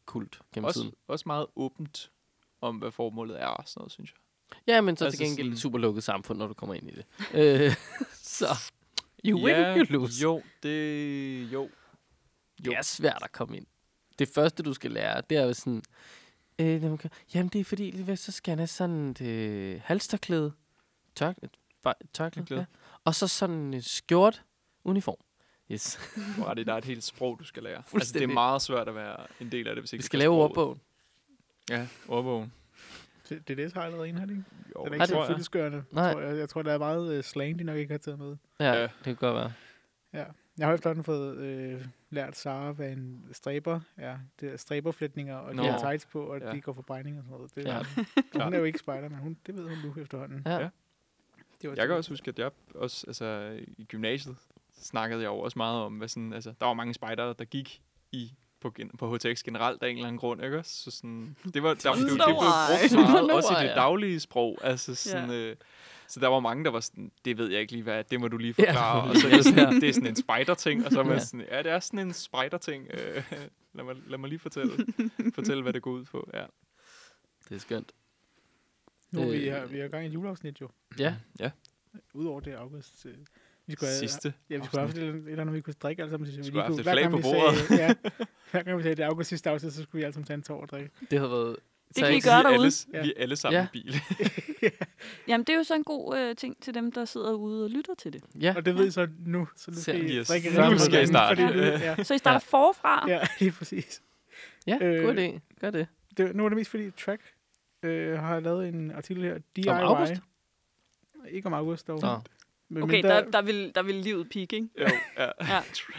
kult gennem tiden. Også meget åbent om, hvad formålet er og sådan noget, synes jeg. Ja, men så altså til gengæld sådan- et super lukket samfund, når du kommer ind i det. Så you win, you lose. Jo, det... Jo. Det er svært at komme ind. Det første, du skal lære, det er jo sådan... jamen, det er fordi, så skal han have sådan et halsterklæde. Tørklæde. Klæde. Ja. Og så sådan en skjort uniform. Yes. Hvor er det, der er et helt sprog, du skal lære. Altså, det er Fuldstændig. meget svært at være en del af det, hvis ikke Vi du skal kan lave sproget. ordbogen. Ja, ordbogen. Det har allerede en, har de ikke? Jo, Den er Har ikke de? så fyldestgørende. Nej. Jeg tror, der er meget slang, de nok ikke har taget med. Ja, Ja. det kan godt være. Ja. Jeg har efterhånden fået lært Sara, hvad en stræber er. Det er stræberflætninger, og de Nå. har tights på, og Ja. de går for bregning og sådan noget. Det, Ja. hun er jo ikke spejder, men det ved hun nu efterhånden. Ja. Ja. Det var Jeg kan også huske, at jeg også, altså, i gymnasiet snakkede jeg jo også meget om, hvad sådan, altså, der var mange spejdere, der gik på HTX generelt af en eller anden grund, ikke også? Så sådan, det blev brugt meget, også i det daglige sprog. Altså sådan, så der var mange, der var sådan, det ved jeg ikke lige, hvad er, det må du lige forklare. Og så er det, sådan, det er sådan en spejder-ting, og så er man sådan, ja, det er sådan en spejder-ting. Lad mig lige fortælle, hvad det går ud på. Ja. Det er skønt. Nu vi har gang i et juleafsnit jo. Ja. Udover det august. Vi skulle Sidste. Ja, vi skulle have haft et eller andet, vi kunne drikke alle sammen. Vi skulle have haft et flag på bordet. Hver gang vi sagde, det er august sidste afsnit, så skulle vi alle sammen tage en tår og drikke. Det har været... Det kan I gøre derude. Vi er alle sammen i bil. Jamen, det er jo så en god ting til dem, der sidder ude og lytter til det. Ja. Og det ved I så nu, så nu skal I Yes. drikke Nu rigtig skal I meget starte. vand, fordi ja. Så I starter forfra. Ja, lige præcis. Ja, god idé. Gør det. Nu er det mest fordi Track har lavet en artikel her. DIY. Om august? Ikke om august dog. Nå. Men Okay, mindre- der vil livet peak, ikke? Jo, ja. Ja.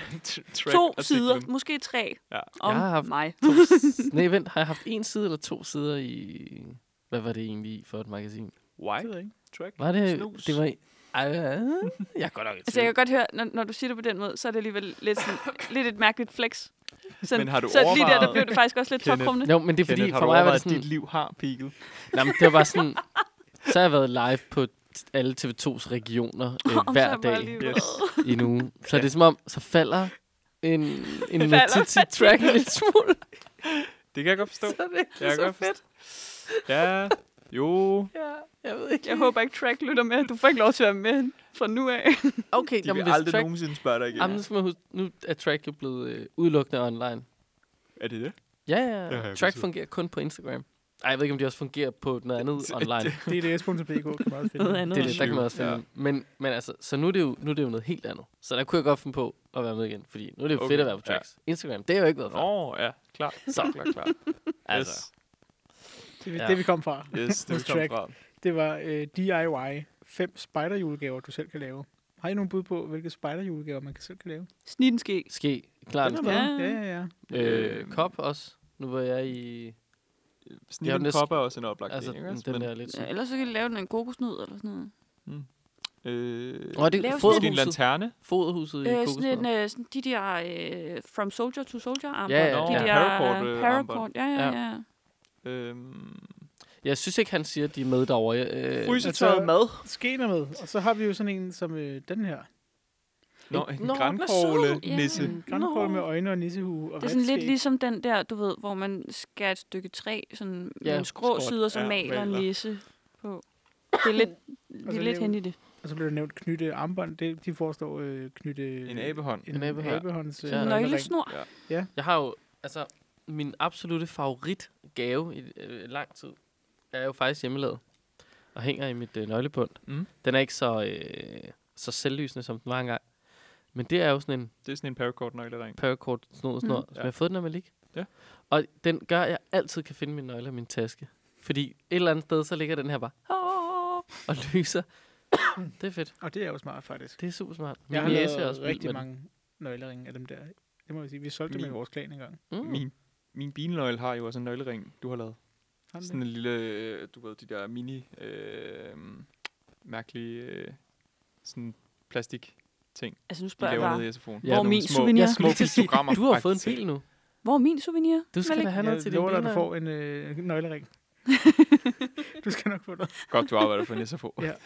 2 sider, måske 3, om Jeg har haft mig. Nej, vent. Har jeg haft 1 side eller 2 sider i... Hvad var det egentlig for et magasin? Why? Det ved jeg ikke. Track? Var det... Snus. Det var... jeg er godt nok Altså, jeg kan godt høre, når du siger det på den måde, så er det alligevel lidt et mærkeligt flex. Sådan, Men har du så lige der overvejet- blev det faktisk også lidt Kenneth, toprummende. Jo, men det er fordi, Kenneth, har for du mig var det overvejet, at sådan... dit liv har peaked? Nej, men det var bare sådan... Så har jeg været live på alle TV2's regioner hver dag i en uge. Så det er som om, så falder en notits-track en lille smule. Det kan jeg godt forstå. Så det Jeg er kan så godt fedt. Ja, jo. Ja, jeg ved ikke. Jeg håber ikke, Track lytter med. Du får ikke lov til at være med fra nu af. Okay, De vil aldrig nogensinde spørge dig igen. Jamen, nu skal man huske, nu er Track jo blevet udelukkende online. Er det det? Ja, har jeg Track forstået. fungerer kun på Instagram. Ej, jeg ved ikke, om de også fungerer på noget andet online. DDS.dk kan man også finde. Noget andet. Det er det, der kan man også finde. Ja. Men altså, så nu er det jo noget helt andet. Så der kunne jeg godt finde på at være med igen, fordi nu er det jo Okay, fedt at være på Tracks. Instagram, det har jeg jo ikke været for. Ja, klar. Klar. Altså, Det vi kom fra. Yes, det Hos kom Track. fra. Det var DIY. 5 spider-julegaver, du selv kan lave. Har I nogle bud på, hvilke spider-julegaver, man selv kan lave? Snit en ske. ske, klart. Den er med. Ja. Kop også. Nu var jeg i... Snit Jeg har en næsten- kop er også en oplagt Altså, ting, ikke? den der lidt... Ja, ellers så kan du lave den en kokosnød eller sådan noget. Og det Lav er sådan Måske en foderhuset. lanterne. Foderhuset i Sådan kokosnød. sådan de der From Soldier to Soldier armbånd. Ja, de ja. der Paracord, paracord. Ja. Jeg synes ikke, han siger, at de er med derovre. Frysetørret altså- mad. Skeen er med. Og så har vi jo sådan en som den her. Nå, en Nå, grankåle sød. Ja. nisse. En grønkål med øjne og nissehue og Det er sådan lidt vatskæg. ligesom den der, du ved, hvor man skærer et stykke træ sådan med Ja, en skrå skråt. side, og så Ja, maler en maler. nisse på. Det er lidt, så lidt laver- hen i det. Og så blev der nævnt knytte armbånd. De forestår knytte... En abehånd. En abehånd. abehånds... Ja. Nøglesnor. Jeg har jo... Altså, min absolute favoritgave i lang tid er jo faktisk hjemmelavet. Og hænger i mit nøglebund. Mm. Den er ikke så selvlysende, som den var engang. Men det er jo sådan en Det er sådan en paracord-nøglering. paracord snor, som Ja. jeg har fået den af Malik. Ja. Og den gør, at jeg altid kan finde mine nøgler i min taske. Fordi et eller andet sted, så ligger den her bare og lyser. Det er fedt. Og det er jo smart, faktisk. Det er super smart. Jeg har Min næse er lavet også vild rigtig med mange nøgleringe af dem der. Det må jeg sige. Vi solgte dem i vores klan engang. den. Min bilnøgle har jo også en nøglering, du har lavet. Har den Sådan det? en lille, du ved, de der mini, mærkelige, sådan plastik ting, Altså nu de spørger jeg laver bare, nede i SFO'en. Ja, hvor er Nogle min små, souvenir? Jeg skulle små lige til at sige, piktogrammer. Du har fået en bil nu. Hvor er min souvenir? Du skal Malik? da have noget til Jeg din lover dig, bil. du får en nøglering. Du skal nok få noget. Godt, du arbejder for en SFO. Ja.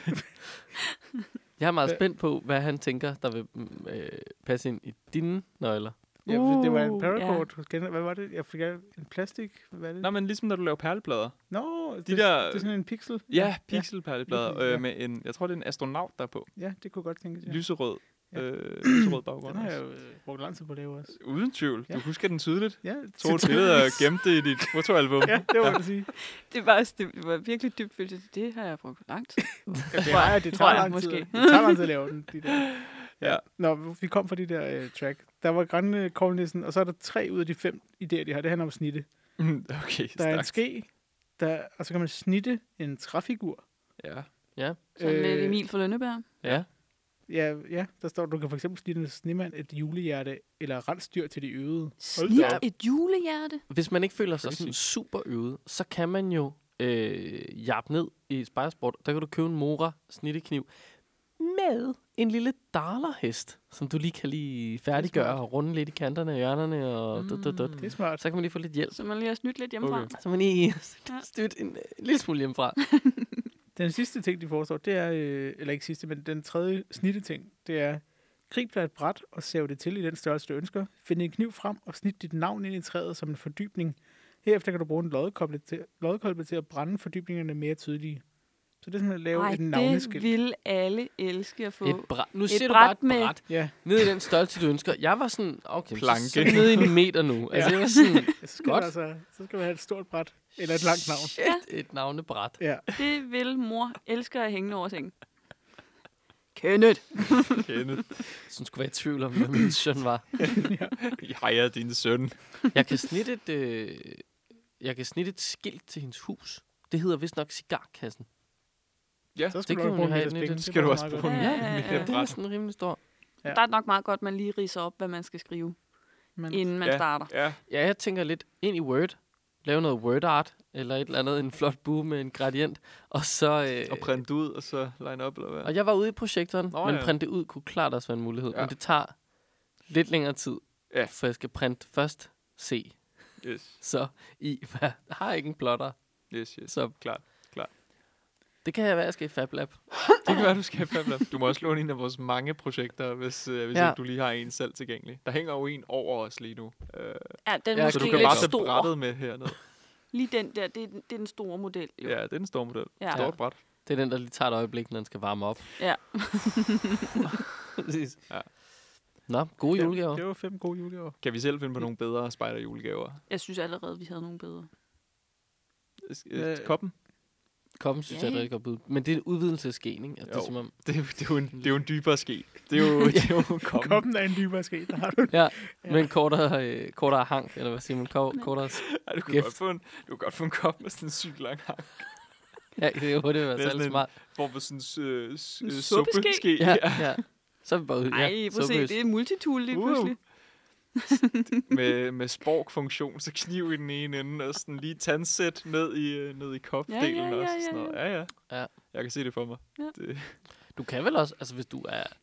Jeg er meget spændt på, hvad han tænker, der vil passe ind i dine nøgler. Ja, det var en paracord. Ja. Hvad var det? Jeg fik en plastik. Hvad var det? Nå, men ligesom når du laver perleplader. Nå, det der- er sådan en pixel. Ja, pixelperleplader Ja. med en, jeg tror det er en astronaut der er på. Ja, det kunne godt tænkes. Ja. Lyserød. Ja. Lyserød baggrund. Den har jeg også. jo brugt lang tid på at lave også. Uden tvivl. Ja. Du husker den tydeligt. Ja, Tog et billede og gemte det i dit fotoalbum. ja, det var det sige. Det var virkelig dybt følelse. Det har jeg brugt lang tid. Ja, det Tror tager jeg, lang tid. måske. Det tager lang tid at lave den. De der. Ja. Når vi kom fra de der track, der var Grønne Kålnissen, og så er der 3 ud af de 5 idéer, de har. Det handler om at snitte. Okay, Der er en stærkt. ske, og så kan man snitte en træfigur. Ja. Sådan lidt Emil fra Lønneberg. Ja. Ja, der står, du kan for eksempel snitte en snemand, et julehjerte eller rensdyr til de øvede. Snit op. et julehjerte. Hvis man ikke føler sig Crazy. sådan super øvet, så kan man jo jappe ned i Spejdersport. Der kan du købe en Mora snittekniv med en lille dalerhest, som du lige kan lige færdiggøre og runde lidt i kanterne og hjørnerne og Det er smart. så kan man lige få lidt hjælp. Så man lige har snydt lidt hjemmefra. Okay. Så man lige Ja. støtte en lille smule hjemmefra. Den sidste ting, de foreslår, det er, eller ikke sidste, men den tredje snitteting, det er, grib dig et bræt og sav det til i den størrelse, du ønsker. Find en kniv frem og snit dit navn ind i træet som en fordybning. Herefter kan du bruge en loddekolbe til at brænde fordybningerne mere tydelige. Så det er simpelthen at lave Ej, et det navneskilt. vil alle elske at få. Et bræt. Nu Et siger du bræt bare et med- bræt. Ja, Ned i den størrelse, du ønsker. Jeg var sådan, okay, Planke. så er vi nede i en meter nu. Altså, jeg var sådan, så skal, Godt. så skal man have et stort bræt, eller et langt navn. shit, et navnebræt. Ja, Det vil mor elsker at hænge over sengen. Kenneth. Kenneth. Som skulle være i tvivl om, hvad min søn var. Jeg er din søn. Jeg kan snitte et skilt til hendes hus. Det hedder vist nok cigarkassen. Ja, så skal det du kan bruge man jo en have penge. lidt. Det Skal du var også meget bruge godt. en Ja, ja, ja. Ja, det er sådan rimelig stor. Ja. Der er nok meget godt, man lige ridser op, hvad man skal skrive, inden man starter. Ja. Ja, jeg tænker lidt ind i Word. Lave noget word art, eller et eller andet, en flot bue med en gradient. Og så... Og printe ud, og så line op, eller hvad? og jeg var ude i projektoren, Nå, men ja. printe det ud kunne klart også være en mulighed. Ja. Men det tager lidt længere tid, Ja. for jeg skal printe først C. Yes, Så I jeg har ikke en plotter. yes. Så Klart. det kan være, jeg skal i Fab Lab. Det kan være, du skal have Du må også låne en af vores mange projekter, hvis Ja. ikke du lige har en selv tilgængelig. Der hænger jo en over os lige nu. Ja, den Ja, er så Så måske du kan lidt bare tage stor. brættet med hernede. Lige den der, det er den store model. Jo. Ja, det er en stor model. Ja. Stort bræt. Det er den, der lige tager et øjeblik, når den skal varme op. Ja. Præcis. Ja. Nå, gode julegaver. Det var 5 gode julegaver. Kan vi selv finde på nogle bedre spider-julegaver? Jeg synes allerede, vi havde nogle bedre. Koppen? Koppen synes jeg er et rigtig godt bud. Men det er en udvidelse af skeen, ikke? Altså, det er Jo. som om... Det er jo en dybere ske. Det er jo koppen. Koppen er en dybere ske, der har du. Ja, med en kortere hank, eller hvad siger man? Kortere... Ej, du kan Gift. godt få en kop med sådan en sygt lang hang. Ja, det er jo det, være Det er sådan særlig en- smart. Form for sådan en suppeske? suppeske. Ja, ja. Så er vi bare ude. Ej, Ja, prøv at se, det er multitool lige pludselig. med spork-funktion, så kniv i den ene ende, og sådan lige tandsæt ned i kopdelen Ja, ja, også. ja, Sådan noget. Ja. Ja. Jeg kan se det for mig. Ja. Det, Du kan vel også, altså hvis du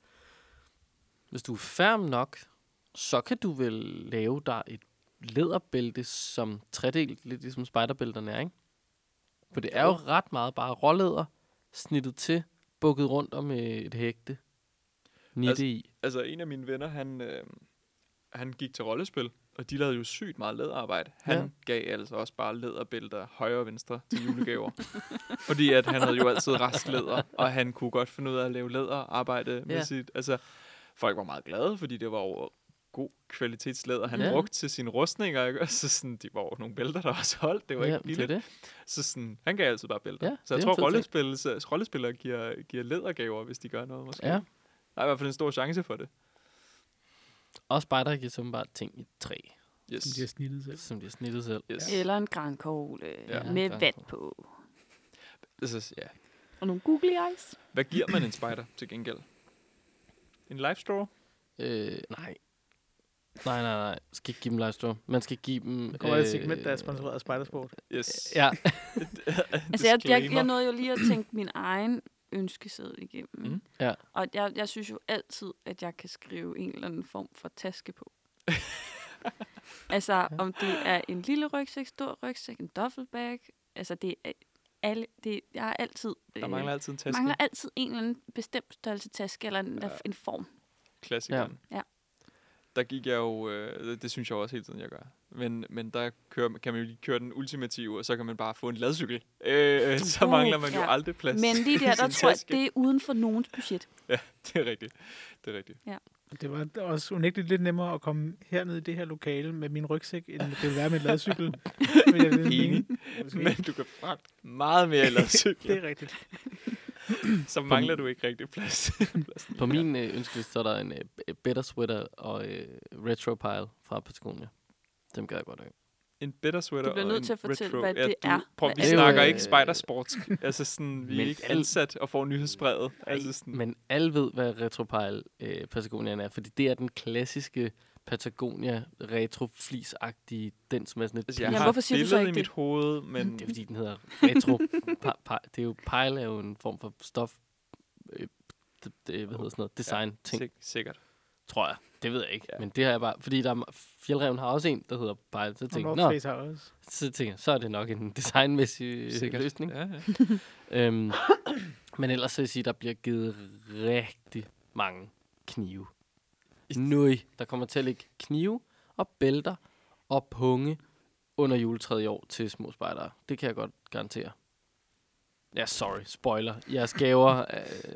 er færm nok, så kan du vel lave dig et læderbælte som tredelt, lidt ligesom spejderbælterne er, ikke? For det er jo ret meget bare rålæder, snittet til, bukket rundt om et hægte, nitte i. altså, en af mine venner, han gik til rollespil, og de lavede jo sygt meget læderarbejde. Han Ja. gav altså også bare læderbælter højre og venstre til julegaver. Fordi at han havde jo altid restlæder, og han kunne godt finde ud af at lave læderarbejde med Ja. sit... Altså, folk var meget glade, fordi det var jo god kvalitetslæder, han Ja. brugte til sine rustninger, ikke? Og så sådan, de var jo nogle bælter, der også holdt. Det var Ja, ikke det er billigt. det. Så sådan, han gav altid bare bælter. Ja, så jeg det er en tror, fed ting. rollespillere giver lædergaver, hvis de gør noget, måske. Ja. Der er i hvert fald en stor chance for det. Og spejder giver som bare ting i træ, Yes. Som de har snittet selv. som de har snittet selv. Yes. Eller en grankogle Ja. med Ja, vand på. Altså, ja. Og nogle googly eyes. Hvad giver man en spider til gengæld? En life straw? Nej. Nej. Skal ikke give dem livestream. Man skal give dem... Der kommer et segment, der er sponsoreret af Spidersport. Yes. Ja, Altså, jeg Disclaimer. nåede jo lige at tænke min egen ønskeseddel igennem. Mhm. Mm. Ja. Og jeg synes jo altid, at jeg kan skrive en eller anden form for taske på. Altså, om det er en lille rygsæk, stor rygsæk, en duffelbag. Altså, det er jeg har altid... Der mangler altid en taske. mangler altid en eller anden bestemt størrelse taske, eller en form. Klassikeren. Ja. der gik jeg jo, det synes jeg også hele tiden, jeg gør. Men der kan man jo lige køre den ultimative, og så kan man bare få en ladcykel. Så mangler man jo aldrig plads. Men lige der tror jeg, det er uden for nogens budget. Ja, det er rigtigt. Det er rigtigt. Ja. Det var også unægteligt lidt nemmere at komme herned i det her lokale med min rygsæk, end det ville være med en ladcykel. Enig. Men du kan fragte meget mere i ladcykel. Det er rigtigt. Så mangler du ikke rigtig plads. På min ønskeliste så er der en Better Sweater og Retro Pile fra Patagonia. Dem gør jeg godt af. En Better Sweater Du bliver nødt til at fortælle, hvad det er. Prøv, vi er snakker jo, ikke spidersports. Altså sådan, vi er ikke ansat og får nyhedsbrevet. Altså sådan. Men alle ved, hvad Retro Pile Patagonian er, fordi det er den klassiske Patagonia retro fleece-agtige, den som er sådan et... Altså, jeg Ja, har hvorfor et siger du så billede i ikke mit hoved, men... Det er fordi, den hedder retro... det er jo, pile er jo en form for stof... hvad hedder sådan noget? Design-ting, Sikkert. tror jeg. Det ved jeg ikke. Ja. Men det har jeg bare... Fordi Fjeldreven har også en, der hedder pile. Så tænker North Face har også. så er det nok en designmæssig løsning. Ja, ja. Men ellers så vil jeg sige, der bliver givet rigtig mange knive. Nøj, der kommer til at ligge knive og bælter og punge under juletræet i år til små spejdere. Det kan jeg godt garantere. Ja, sorry, spoiler. Jeres gaver,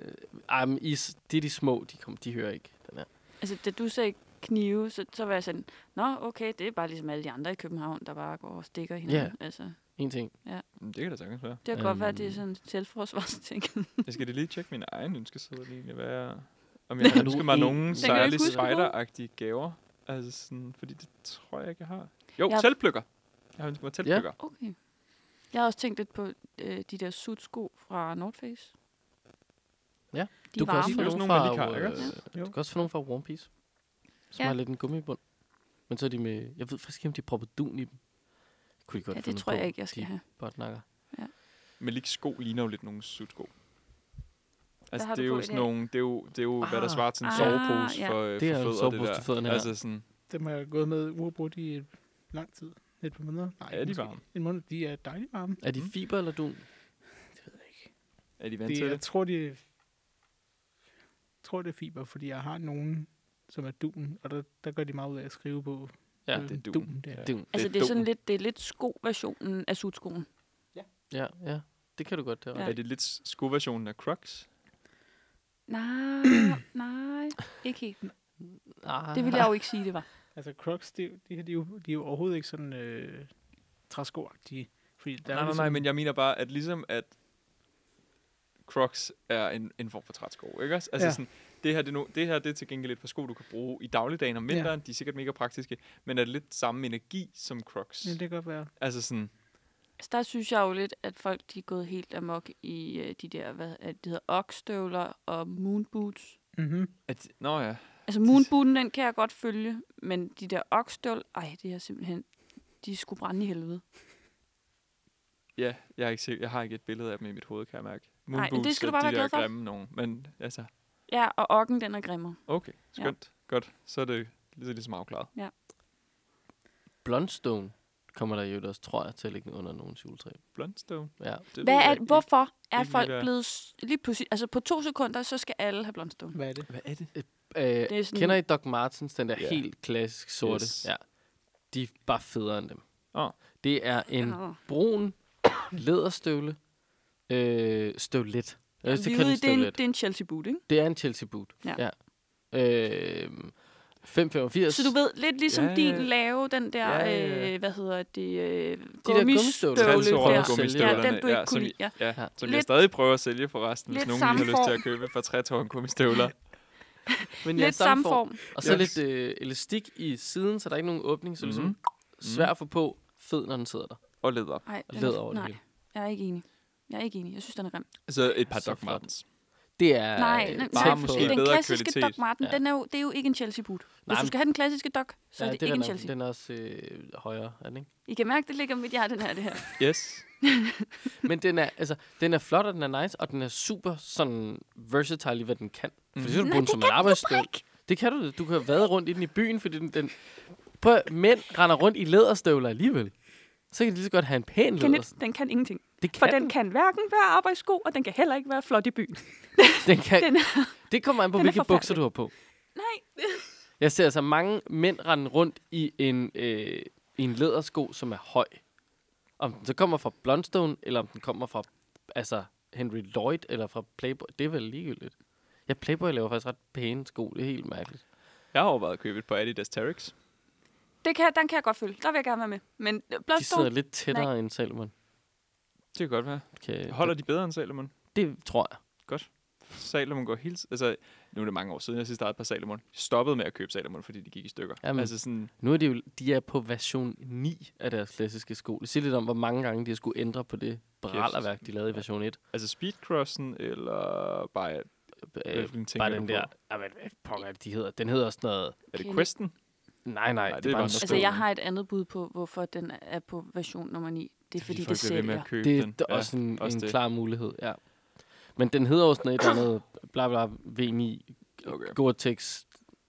det er de små, de hører ikke den her. Altså, da du sagde knive, så var jeg sådan, nå, okay, det er bare ligesom alle de andre i København, der bare går og stikker hinanden. Ja. Altså, En ting. Det kan da sagtens være. det kan godt være, det er sådan en selvforsvarsting. Jeg skal lige tjekke min egen ønskeseddel egentlig. Om jeg har ønsket mig nogen kan jeg særlige ikke huske, spider-agtige gaver. Altså sådan, fordi det tror jeg ikke, jeg har. Jo, Jeg- teltplukker. Jeg har ønsket mig teltplukker. Okay. Jeg har også tænkt lidt på de der sudsko fra North Face. Ja, De du er kan også varme. få Det er nogen sådan nogle, fra, man lige kan, ikke? du kan også få nogen fra One Piece, som Ja. har lidt en gummibund. Men så er de med, jeg ved faktisk ikke, om de propper dun i dem. Kunne de godt Ja, det finde tror på, jeg ikke, jeg skal de have. botnakker. Men lige sko ligner jo lidt nogle sudsko. Altså, har det er du jo på i sådan dag? nogle, det er jo hvad der svarer til en Ah, sovepose ja. for Det er fødder, en det sovepose til der. fødderne her. Altså sådan, Dem har jeg gået med uafbrudt i lang tid. Et par måneder. Nej, er de måske varme? en måned. De er dejligt varme. Er de fiber eller dun? Det ved jeg ikke. Er de vant til Jeg det? tror, det er fiber, fordi jeg har nogen, som er dun, og der gør de meget ud af at skrive på. Ja, det er dun. Dun, det er. Dun. Altså, det er sådan lidt, det er lidt sko-versionen af sudskoen. Ja, det kan du godt tage. Ja. Er det lidt skoversionen af Crocs? Nej, ikke helt. Ah. Det vil jeg jo ikke sige, det var. Altså Crocs, de er jo overhovedet ikke sådan træskoagtige. Fordi der er Nej, ligesom, men jeg mener bare, at ligesom at Crocs er en form for træsko, ikke også? Altså Ja. sådan, det her det er til gengæld et par sko, du kan bruge i dagligdagen om vinteren. De er sikkert mega praktiske, men er det lidt samme energi som Crocs? Ja, det kan godt være. Altså sådan, Altså, der synes jeg jo lidt, at folk de er gået helt amok i de der, hvad det hedder, okstøvler og moonboots. Mm-hmm. nå ja. Altså moonbooten, den kan jeg godt følge, men de der okstøvler, det er simpelthen, de skulle brænde i helvede. Ja, jeg er ikke sikker. Jeg har ikke et billede af dem i mit hoved, kan jeg mærke. Nej, det Moonboots skal du er bare være de glad der for. grimme nogen. Men altså, Ja, og okken, den er grimmer. okay, skønt. Godt, så er det ligesom afklaret. Blundstone kommer der jo også, tror jeg, til at ligge under nogens juletræ. Blundstone? Ja. Det Hvad ved jeg er, ikke. hvorfor er ikke folk lige, hvad- blevet lige pludselig, altså på 2 sekunder, så skal alle have blondstone. Hvad er det? Hvad er det? Det er sådan- Kender I Doc Martens, den der Ja. helt klassisk sorte? Yes. Ja. De er bare federe end dem. Det er en Åh. brun læderstøvle. Støvlet. Ja, Jeg vil vi er kalde ude i, den det, er en, støvlet. det er en Chelsea boot, ikke? Det er en Chelsea boot. Ja. 5,85. Så du ved, lidt ligesom Ja, ja, din ja. lave, den der, Ja. hvad hedder det, der gummistøvle gummistøvler. Transformer der. gummistøvlerne. Ja, den du ikke Ja, kunne som lide. Ja. Ja, Ja. som jeg Lidt- stadig prøver at sælge forresten, hvis lidt nogen lige har samme lyst til form. at købe for 3 gummistøvler. Men Lidt samme form. Og så Yes. lidt elastik i siden, så der er ikke nogen åbning, så det er Mhm. ligesom svær at få på, fed, når den sidder der. Og læder. Nej, Og læder over det nej, hele. jeg er ikke enig. Jeg synes, den er grim. Så et par Så Doc flot. Martens. Det er Nej, bare så måske den bedre klassiske kvalitet. Doc Marten, Ja. det er jo ikke en Chelsea boot. Hvis Nej, du men- skal have den klassiske Doc, så er det ikke en Chelsea. Den er også højere, er den ikke? I kan mærke, det ligger mit hjerte, det her. Yes. Men den er flot, og den er nice, og den er super sådan versatile i, hvad den kan. For så kan du Nej, bruge den det som en kan du arbejdsstøv. bare ikke. Det kan du. Du kan vade rundt i den i byen, fordi den mænd render rundt i læderstøvler alligevel. Så kan de lige så godt have en pæn læder. Kenneth, den kan ingenting. Det For kan den kan hverken være arbejdssko, og den kan heller ikke være flot i byen. den kan. den Det kommer an på, den er hvilke bukser forfærdelig. du har på. Nej. Jeg ser altså mange mænd rende rundt i en lædersko, som er høj. Om den så kommer fra Blundstone, eller om den kommer fra Henry Lloyd, eller fra Playboy, det er vel ligegyldigt. Ja, Playboy laver faktisk ret pæne sko. Det er helt mærkeligt. Jeg har overvejet at købe et par Adidas Terrex. Den kan jeg godt følge. Der vil jeg gerne være med. Men De sidder Blundstone, lidt tættere end Salomon. Det kan godt være. Okay, Holder de bedre end Salomon? det tror jeg. Salomon går helt... Altså, nu er det mange år siden, jeg sidst havde et par Salomon. Jeg stoppede med at købe Salomon, fordi de gik i stykker. Jamen, Altså sådan... Nu er de er på version 9 af deres klassiske sko. Det siger lidt om, hvor mange gange de har skulle ændre på det brallerværk, de lavede i version 1. Altså Speedcrossen, eller bare... Hvilken ting Bare er den du der... på? Hvad pokker er det, de hedder? Den hedder sådan noget... Er det Questen? Nej, Nej, det det er er bare en bare- sko. altså jeg har et andet bud på, hvorfor den er på version nummer 9. Det er fordi, det folk bliver ved med sælger. at købe Det den. er også en også det. klar mulighed, ja. Men den hedder også noget et eller andet bla bla V9 Okay. Gore-Tex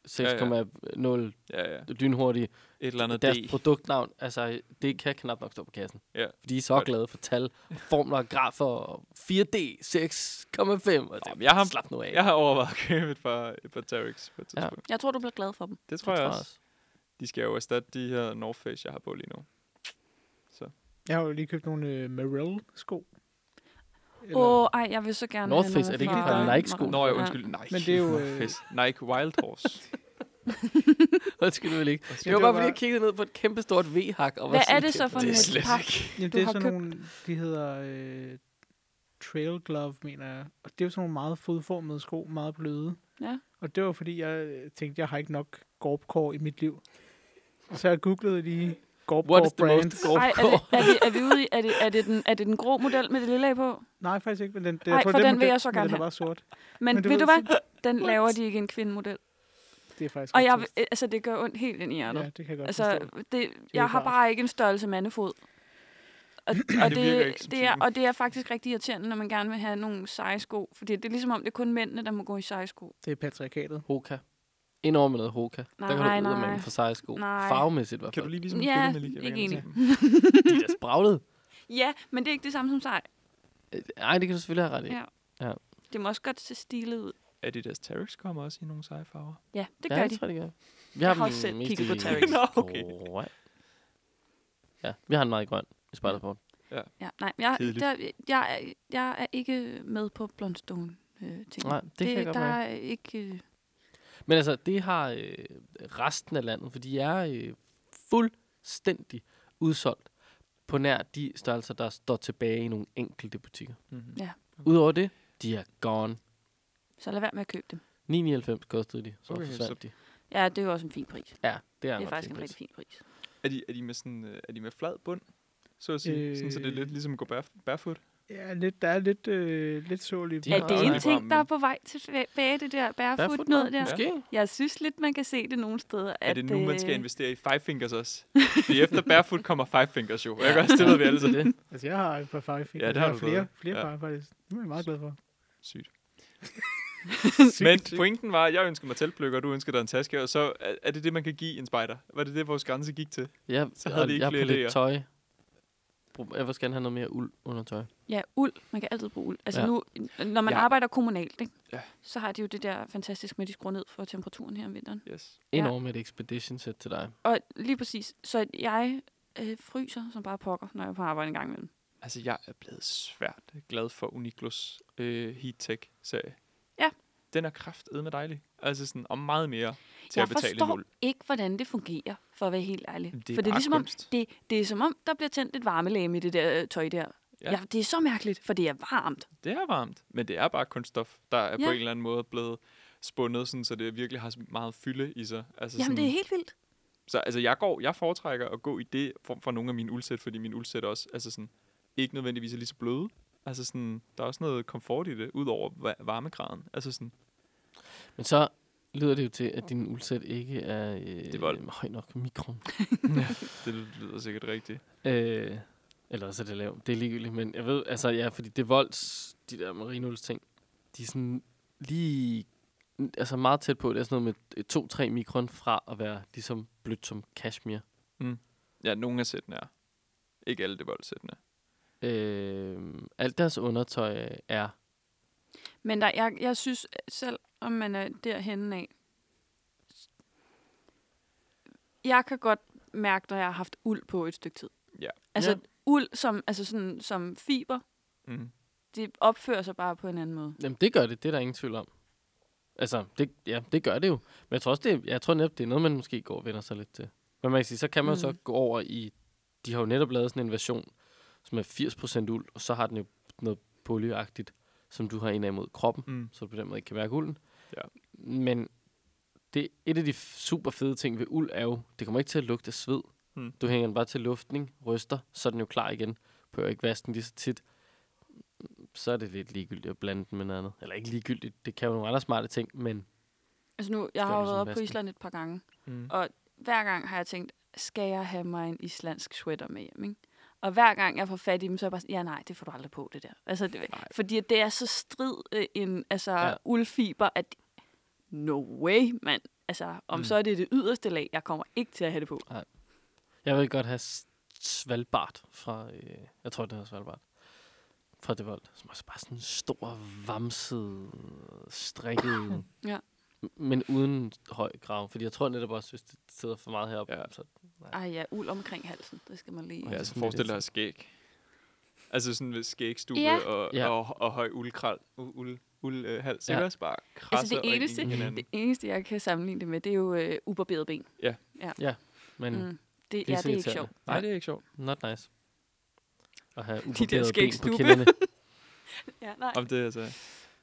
6,0 Ja, ja. lynhurtig. Et eller andet Deres D. produktnavn, altså det kan knap nok stå på kassen. Ja. For de er så Godt. glade for tal, formler, grafer, 4D, 6,5. Nå, men jeg har- Slap nu af. Jeg har overvejet at købe et par Terrex på et Ja. tidspunkt. Jeg tror, du bliver glad for dem. Det tror jeg også. De skal jo erstatte de her North Face, jeg har på lige nu. Jeg har jo lige købt nogle Merrell-sko. Jeg vil så gerne North have Face, noget er det ikke fra- et par Nike-sko? Nå, ja, undskyld. Nike. Men det er jo, North Face. Nike Wild Horse. Undskyld vel ikke. Undskyld. Det var det bare var fordi, jeg bare- kiggede ned på et kæmpestort V-hak. Og var Hvad sådan, er det så for det er et slet par? ikke. Jamen, Du det er har sådan købt- nogle, de hedder Trail Glove, mener jeg. Og det er jo sådan nogle meget fodformede sko, meget bløde. Ja. Og det var fordi, jeg tænkte, jeg har ikke nok Gorpcore i mit liv. Så jeg googlede lige What Gorpcore is the brand. most Ej, Gorp er vi ude i, er det den grå model med det lille af på? Nej, faktisk ikke, men den, Ej, for den vil model, jeg så men gerne den er have. bare sort. Men Men du ved du ved, hvad? Den laver de ikke en kvindemodel. Det er faktisk Og ret jeg, trist. altså, det gør ondt helt ind i hjertet. Ja, det kan jeg godt Altså, forstå. jeg har rart. bare ikke en størrelse mandefod. Og Det virker ikke som typen. og det er faktisk rigtig irriterende, når man gerne vil have nogle seje sko. Fordi det er ligesom om, det er kun mændene, der må gå i seje sko. Det er patriarkatet. Hoka. Indover med noget Hoka. Der kan du Nej, ud med nej. dem for seje sko. Nej. Farvemæssigt i hvert Kan du fald. lige vise mig Ja, et billede, Malika? Jeg vil ikke gerne enig. se dem. De er da spraglet. Ja, men det er ikke det samme som sej. Nej, det kan du selvfølgelig have ret i. Ja. Det må også godt se stilet ud. Adidas Terrex kommer også i nogle seje farver. Ja, det Ja, gør det de. tror jeg, de gør. Vi Jeg har dem også selv mest kigget på i Terrex. Nå, okay. grøn. Ja, vi har en meget grøn i Spiderport. Ja, nej, Kedeligt. jeg er ikke med på Blundstone ting. Nej, det kan jeg godt der mærke. er ikke... Men altså, det har resten af landet, for de er fuldstændig udsolgt på nær de størrelser, der står tilbage i nogle enkelte butikker. Mm-hmm. Ja. Udover det, de er gone. Så lad være med at købe dem. 9,99 kostede de, så Okay, forsvandt de. Ja, det er jo også en fin pris. Ja, det er, Det er nok faktisk en pris. rigtig fin pris. Er de med sådan, er de med flad bund? Så at sige. Sådan, så det er lidt ligesom at gå barefoot. Ja, lidt, der er lidt sål i De Er har det også en lidt ting, der er på vej tilbage, det der barefoot noget der? Måske. Jeg synes lidt, man kan se det nogle steder. Er det nu, man skal investere i Five Fingers også? Fordi efter barefoot kommer Five Fingers jo. Jeg kan også, det ved vi alle til sammen. det. Altså, jeg har et par farvefingre. Ja, det Jeg har du flere fået. Ja. par, faktisk. Det er jeg meget glad for. Sygt. Men pointen var, at jeg ønskede mig teltpløkker, og du ønskede dig en taske, og så er det det, man kan give en spejder. Var det det, vores grænse gik til? Ja, Så havde vi ikke jeg har flere på lidt idéer. tøj. Jeg vil gerne have noget mere uld under tøj. Ja, uld. Man kan altid bruge uld. Altså Ja. nu, når man Ja. arbejder kommunalt, ikke? Ja. Så har de jo det der fantastisk med, at de skruer ned for temperaturen her om vinteren. Yes. Indover med et expedition set til dig. Og lige præcis. Så jeg fryser som bare pokker, når jeg er på arbejde en gang imellem. Altså, jeg er blevet svært glad for Uniqlos Heat Tech-serie. Ja. Den er kraftedme dejlig. Altså sådan, og meget mere til Jeg at betale en forstår uld. ikke, hvordan det fungerer, for at være helt ærlig. Det er for det er bare ligesom om, kunst. det er som om, der bliver tændt et varmelæge i det der tøj der. Ja. Ja, det er så mærkeligt, for det er varmt. Det er varmt, men det er bare kunststof, der er på Ja. en eller anden måde blevet spundet, sådan, så det virkelig har meget fylde i sig. Altså Jamen, det er helt vildt. Så altså, jeg foretrækker at gå i det fra nogle af mine uldsæt, fordi mine uldsæt også altså sådan, ikke nødvendigvis er lige så bløde. Altså sådan, der er også noget komfort i det, ud over varmegraden. Altså sådan, Men så lyder det jo til, at din uldsæt ikke er vold. høj nok mikron. det lyder sikkert rigtigt. Eller så er det lavt. Det er ligegyldigt, men jeg ved, altså ja, fordi det volds, de der marinulds ting, de er sådan lige, altså meget tæt på, det er sådan noget med 2-3 mikron fra at være ligesom blødt som cashmere. Ja, nogle af sættene er. Ikke alle det voldsættene. Alt deres undertøj er, Men jeg synes selv, om man er derhenne af, Jeg kan godt mærke, når jeg har haft uld på et stykke tid. Ja. Altså Ja. uld som fiber, Mm. det opfører sig bare på en anden måde. Jamen, det gør det. Det er der ingen tvivl om. Altså, det gør det jo. Men jeg tror også, jeg tror netop, det er noget, man måske går og vender sig lidt til. Men man kan sige, så kan man jo så gå over i... De har jo netop lavet sådan en version, som er 80% uld, og så har den jo noget polyeagtigt, som du har en af mod kroppen, så du på den måde ikke kan mærke ulden. Ja. Men det et af de super fede ting ved uld er jo, det kommer ikke til at lugte af sved. Mm. Du hænger den bare til luftning, ryster, så er den jo klar igen. Behøver ikke vaske den lige så tit. Så er det lidt ligegyldigt at blande den med noget andet. Eller ikke ligegyldigt, det kan jo nogle andre smarte ting, men... Altså nu, jeg Skal har jo ligesom været oppe på vaske den. Island et par gange, Mm. og hver gang har jeg tænkt, skal jeg have mig en islandsk sweater med hjem, ikke? Og hver gang jeg får fat i dem, så er jeg bare sådan, ja nej, det får du aldrig på, det der. Altså, fordi det er så strid en uldfiber, at no way, mand. Altså, om så er det yderste lag, jeg kommer ikke til at have det på. Jeg vil godt have Svalbard fra... jeg tror, det hedder Svalbard. Fra Devold. Som også bare sådan en stor, vamset, strikket... Ja. Men uden høj grav. Fordi jeg tror netop også, hvis det sidder for meget heroppe... Ja. Så, Ej ja, uld omkring halsen, det skal man lige... Ja, så forestil dig skæg. Altså sådan med skægstube Ja. og høj uldhals. Ja. Det er også bare krasser Altså det eneste, jeg kan sammenligne det med, det er jo ubarberet ben. men Det er ikke sjovt. Nej, det er ikke sjovt. not nice. At have der ubarberede ben på skægstube. kinderne. Ja, nej. Om det er altså...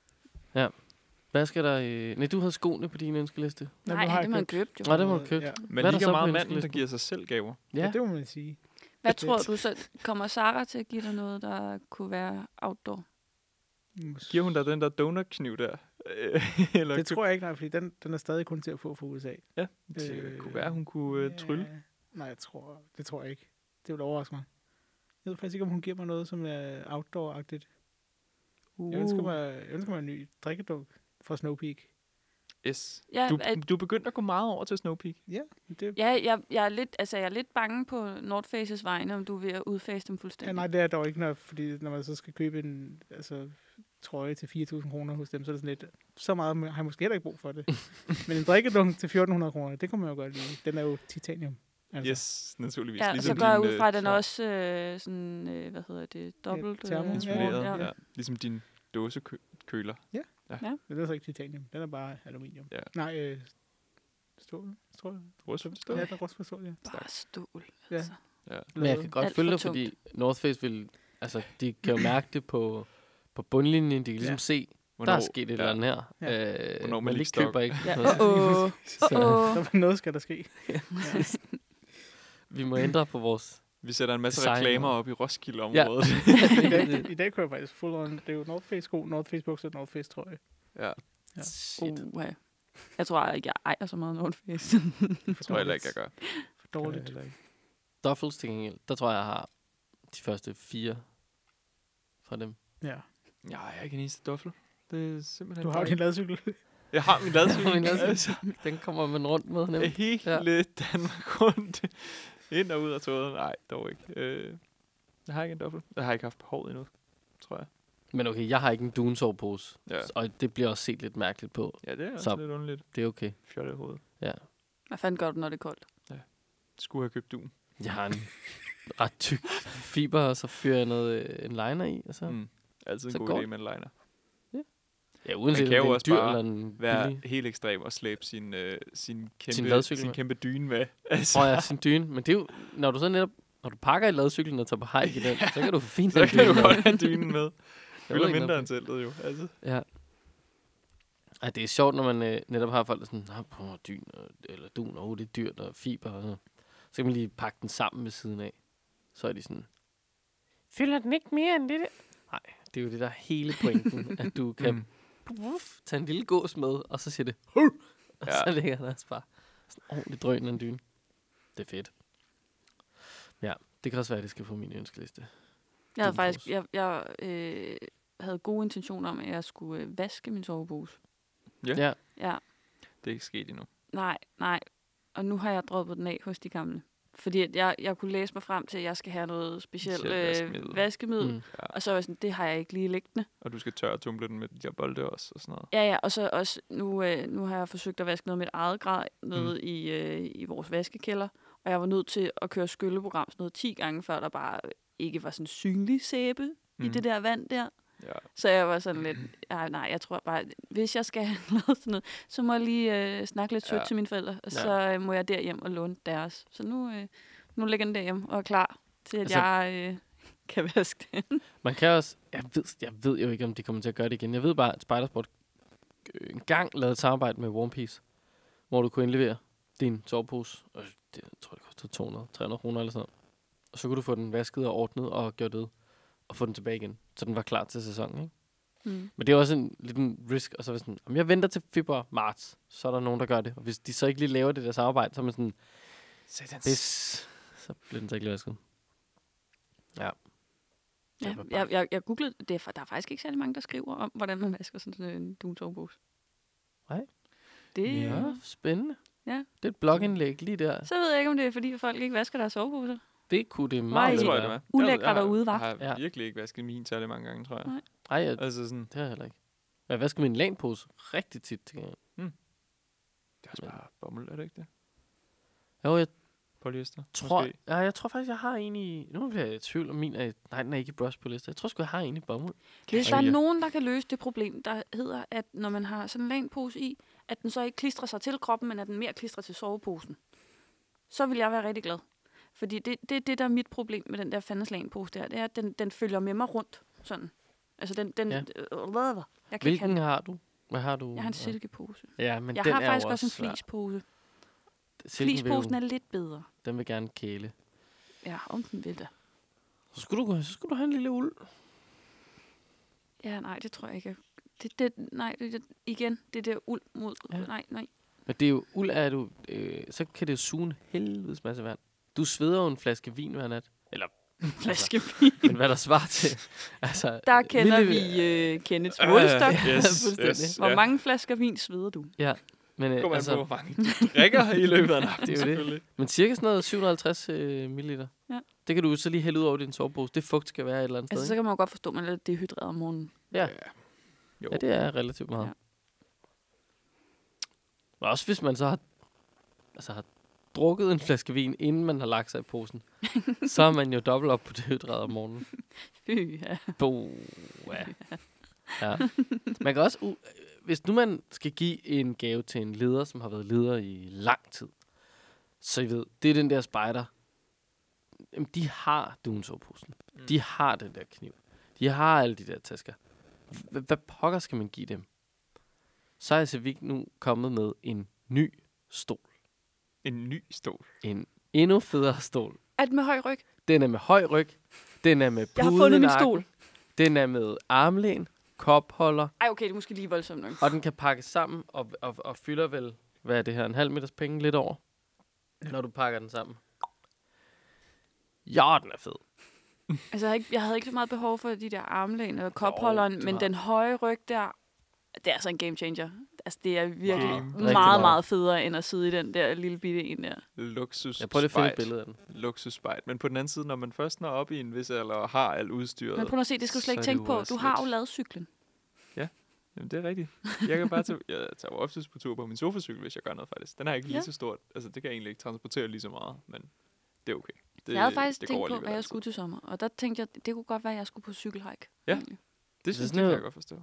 Hvad skal der... Nej, du havde skoene på din ønskeliste. Nej, har jeg det må man købt. købe, jo. Nej, det må du købe. Ja. Men Hvad er der lige så på meget manden, der ønskelisten? giver sig selv gaver. Ja, det må man sige. Hvad Det- tror du så? Kommer Sara til at give dig noget, der kunne være outdoor? Giver hun dig den der donutkniv der? Eller Det tror jeg ikke, nej, fordi den er stadig kun til at få fra USA. Ja, det kunne være, hun kunne trylle. Ja. Nej, det tror jeg ikke. Det vil overraske mig. Jeg ved faktisk ikke, om hun giver mig noget, som er outdoor-agtigt. Jeg ønsker mig en ny drikkedunk fra Snow Peak. Yes. Ja, Du er begyndt at gå meget over til Snow Peak. Ja, det, jeg er lidt bange på North Faces vegne, om du er ved at udfase dem ja, fuldstændig. nej, det er dog ikke, fordi når man så skal købe en trøje til 4.000 kroner hos dem, så er det sådan lidt, så meget har jeg måske heller ikke brug for det. Men en drikkedunk til 1.400 kroner, det kunne man jo godt lide. Den er jo titanium. Altså. Yes, naturligvis. Ja, ligesom så går jeg din, ud fra, at den så- også hvad hedder det, dobbelt termo, isoleret. ja. Ja. Ligesom din dåsekøler. Det er så ikke titanium. Den er bare aluminium. Ja. Nej, stål. Rustfrit Ja, der er rustfrit stål, ja. Bare stål. Ja. Altså. Ja. Men jeg kan godt Alt følge for dig, fordi North Face vil... Altså, de kan jo mærke det på bundlinjen. De kan ligesom se, der er sket et eller andet her. Ja. Hvornår man man lige lige stokker. køber ikke. Ja. noget. Så Noget skal der ske. vi må ændre på vores... Vi sætter en masse Design reklamer og- op i Roskilde-området. I dag kører jeg faktisk full on. Det er jo North Face sko, North Face bukser, North Face trøje. Ja. Ja. Shit. Ja. Jeg tror ikke, jeg ejer så meget North Face. For Tror jeg heller ikke, jeg gør. For dårligt. Duffels til gengæld. Der tror jeg har de første 4 fra dem. Ja. Ja, jeg er ikke en eneste duffel. Det er simpelthen Du har jo bare din ladcykel. Jeg har min ladcykel. Min ladcykel. Altså, Den kommer man rundt med nemt. hele Danmark rundt. Ind og ud af toget. Nej, dog ikke. Jeg har ikke en duffel. Jeg har ikke haft behovet endnu, tror jeg. Men okay, jeg har ikke en dunsovepose. Ja, Og det bliver også set lidt mærkeligt på. ja det er også Så- lidt underligt. Det er okay. Fjollet i hovedet. Hvad fanden gør du, når det er koldt? Skulle have købt dun. Jeg har en ret tyk fiber, og så fyrer jeg en liner i. Og så. Altid en Så god går idé med en liner. Ja, uanset Man kan om jo det er en også dyr bare eller en Være billig. helt ekstrem og slæbe sin ladcykel med. kæmpe dyne med. Altså, Ja, sin dyne. Men det er jo, når du så netop, når du pakker i ladcyklen og tager på hike i den, så kan du fint så have kan du dynen godt med. have dynen med. Jeg ved Fylder ikke mindre noget. end teltet jo. Altså. Ja. Ej, det er sjovt, når man netop har folk, der sådan, dyn, eller dun, det er dyrt, og fiber, og sådan. Så kan man lige pakke den sammen ved siden af. Så er de sådan, fylder den ikke mere end det? Nej, det er jo det, der er hele pointen, at du kan tage en lille gås med, og så siger det, og Ja. så ligger der altså bare sådan ordentligt drøn af en dyne. Det er fedt. Ja, det kan også være, at det skal på min ønskeliste. Jeg havde Dunpose. faktisk, jeg havde gode intentioner om, at jeg skulle vaske min sovepose. Ja. Ja, Det er ikke sket endnu. nej. Og nu har jeg droppet den af hos de gamle. Fordi at jeg kunne læse mig frem til, at jeg skal have noget specielt Specielt vaskemiddel. Mm. Og så var jeg sådan, det har jeg ikke lige liggende. Og du skal tørre tumble den med de der bolde også og sådan noget. Ja, og så også, nu har jeg forsøgt at vaske noget med et eget grad nede i vores vaskekælder. Og jeg var nødt til at køre skylleprogram sådan noget 10 gange, før der bare ikke var sådan synlig sæbe i det der vand der. Ja. Så jeg var sådan lidt, nej, jeg tror bare, hvis jeg skal have noget sådan noget, så må jeg lige snakke lidt sødt til mine forældre, og så må jeg derhjem og låne deres. Så nu ligger den derhjemme og er klar til, at jeg kan vaske den. Man kan også... Jeg ved jo ikke, om de kommer til at gøre det igen. Jeg ved bare, at Spidersport engang lavede et samarbejde med One Piece, hvor du kunne indlevere din sovepose. Og det, jeg tror, det kostede 200-300 kroner eller sådan noget. Og så kunne du få den vasket og ordnet og gjort det, og få den tilbage igen. Så den var klar til sæsonen, ikke? Mm. Men det er også en liten risk. Og så er sådan, om jeg venter til februar-marts, så er der nogen, der gør det. Og hvis de så ikke lige laver det der samarbejde, så er man sådan... Så bliver den så ikke lige vasket. Ja. Jeg googlede, der er faktisk ikke særlig mange, der skriver om, hvordan man vasker sådan en dunsovepose. Nej. Det, Ja, spændende. Ja. Det er et blogindlæg lige der. Så ved jeg ikke, om det er, fordi folk ikke vasker deres soveposer. Det kunne det Nej, meget Det vel tror jeg, være. det var. Ulækre Jeg derude, hva'? har virkelig ikke vasket min særlig mange gange, tror jeg. Nej. Ej, Altså sådan, det har jeg heller ikke. Jeg vasker min lanpose rigtig tit til gengæld. det er også bare bomuld, er det ikke det? Jo, jeg Polyester, tror, måske? jeg tror faktisk, jeg har en i... Nu bliver jeg i tvivl om min er... Nej, den er ikke i brush polyester. Jeg tror sgu, jeg har en i bomuld. Hvis der er Ja. nogen, der kan løse det problem, der hedder, at når man har sådan en lanpose i, at den så ikke klistrer sig til kroppen, men at den mere klistrer til soveposen, så vil jeg være rigtig glad. Fordi det, der er mit problem med den der fandens lanpose der, det er, at den følger med mig rundt. Sådan. Altså den Ja. jeg kan ikke Hvilken har du? Hvad har du? jeg har en silkepose. Ja, men Jeg den har er faktisk jo også en svær. flispose. Silken Flisposen vil er lidt bedre. den vil gerne kæle. Ja, om den vil da. Så skulle du have en lille uld. Ja, nej, det tror jeg ikke. Igen, det der uld mod... Ja. Nej. Men det er jo, uld er du... så kan det jo suge en helvedes masse vand. Du sveder jo en flaske vin hver nat. Eller, Flaske vin. men hvad der svarer til... Altså, Der kender vi Kenneths målestok. Yes. Hvor mange flasker vin sveder du? Men, Kommer altså, på, hvor mange du drikker i løbet af en aften, Det er jo det. selvfølgelig. men cirka sådan noget 750 milliliter. Ja. Det kan du så lige hælde ud over din sovepose. Det fugt skal være et eller andet Altså, sted. så kan man jo godt forstå, at man er lidt dehydreret om morgenen. Ja. Jo. Ja, det er relativt meget. Ja. Og også hvis man så har drukket en flaske vin, inden man har lagt sig i posen, så er man jo dobbelt op på dehydreret om morgenen. Fy, ja. Ja. Man kan også, hvis nu man skal give en gave til en leder, som har været leder i lang tid, så I ved, det er den der spejder. Jamen, de har dunsoveposen. De har den der kniv. De har alle de der tasker. Hvad pokker skal man give dem? Så er Sevik nu kommet med en ny stol. En ny stol. En endnu federe stol. Er den med høj ryg? Den er med høj ryg. Den er med Jeg har pude fundet i min nakken. stol. Den er med armlæn, kopholder, Ej, okay, det er måske lige voldsomt nok. og den kan pakkes sammen og fylder vel, hvad er det her, en halv meters penge lidt over, når du pakker den sammen. Ja, den er fed. Altså, jeg havde ikke så meget behov for de der armlæn og kopholderen, du men har. den høje ryg der, det er altså en game changer. Altså, det er virkelig Rigtig meget, meget. meget federe, end at sidde i den der lille bitte en der. Luksus. Jeg prøver lige at finde et billede af den. Luksusspejt. Men på den anden side, når man først når op i en vis alder og har alt udstyret, Men prøv at se, det skal du slet så ikke er tænke det på. jo også Du har jo lidt- lavet cyklen. Jamen, det er rigtigt. Jeg kan bare jeg tager jo oftest på tur på min sofacykel, hvis jeg gør noget faktisk. Den er ikke lige Ja. så stort. Altså, det kan jeg egentlig ikke transportere lige så meget, men det er okay. Det, Jeg havde faktisk det tænkt går på, alligevel hvad jeg altid. skulle til sommer. Og der tænkte jeg, det kunne godt være, at jeg skulle på cykelhike. Ja. egentlig. Det synes sådan jeg, kan noget- jeg godt forstå.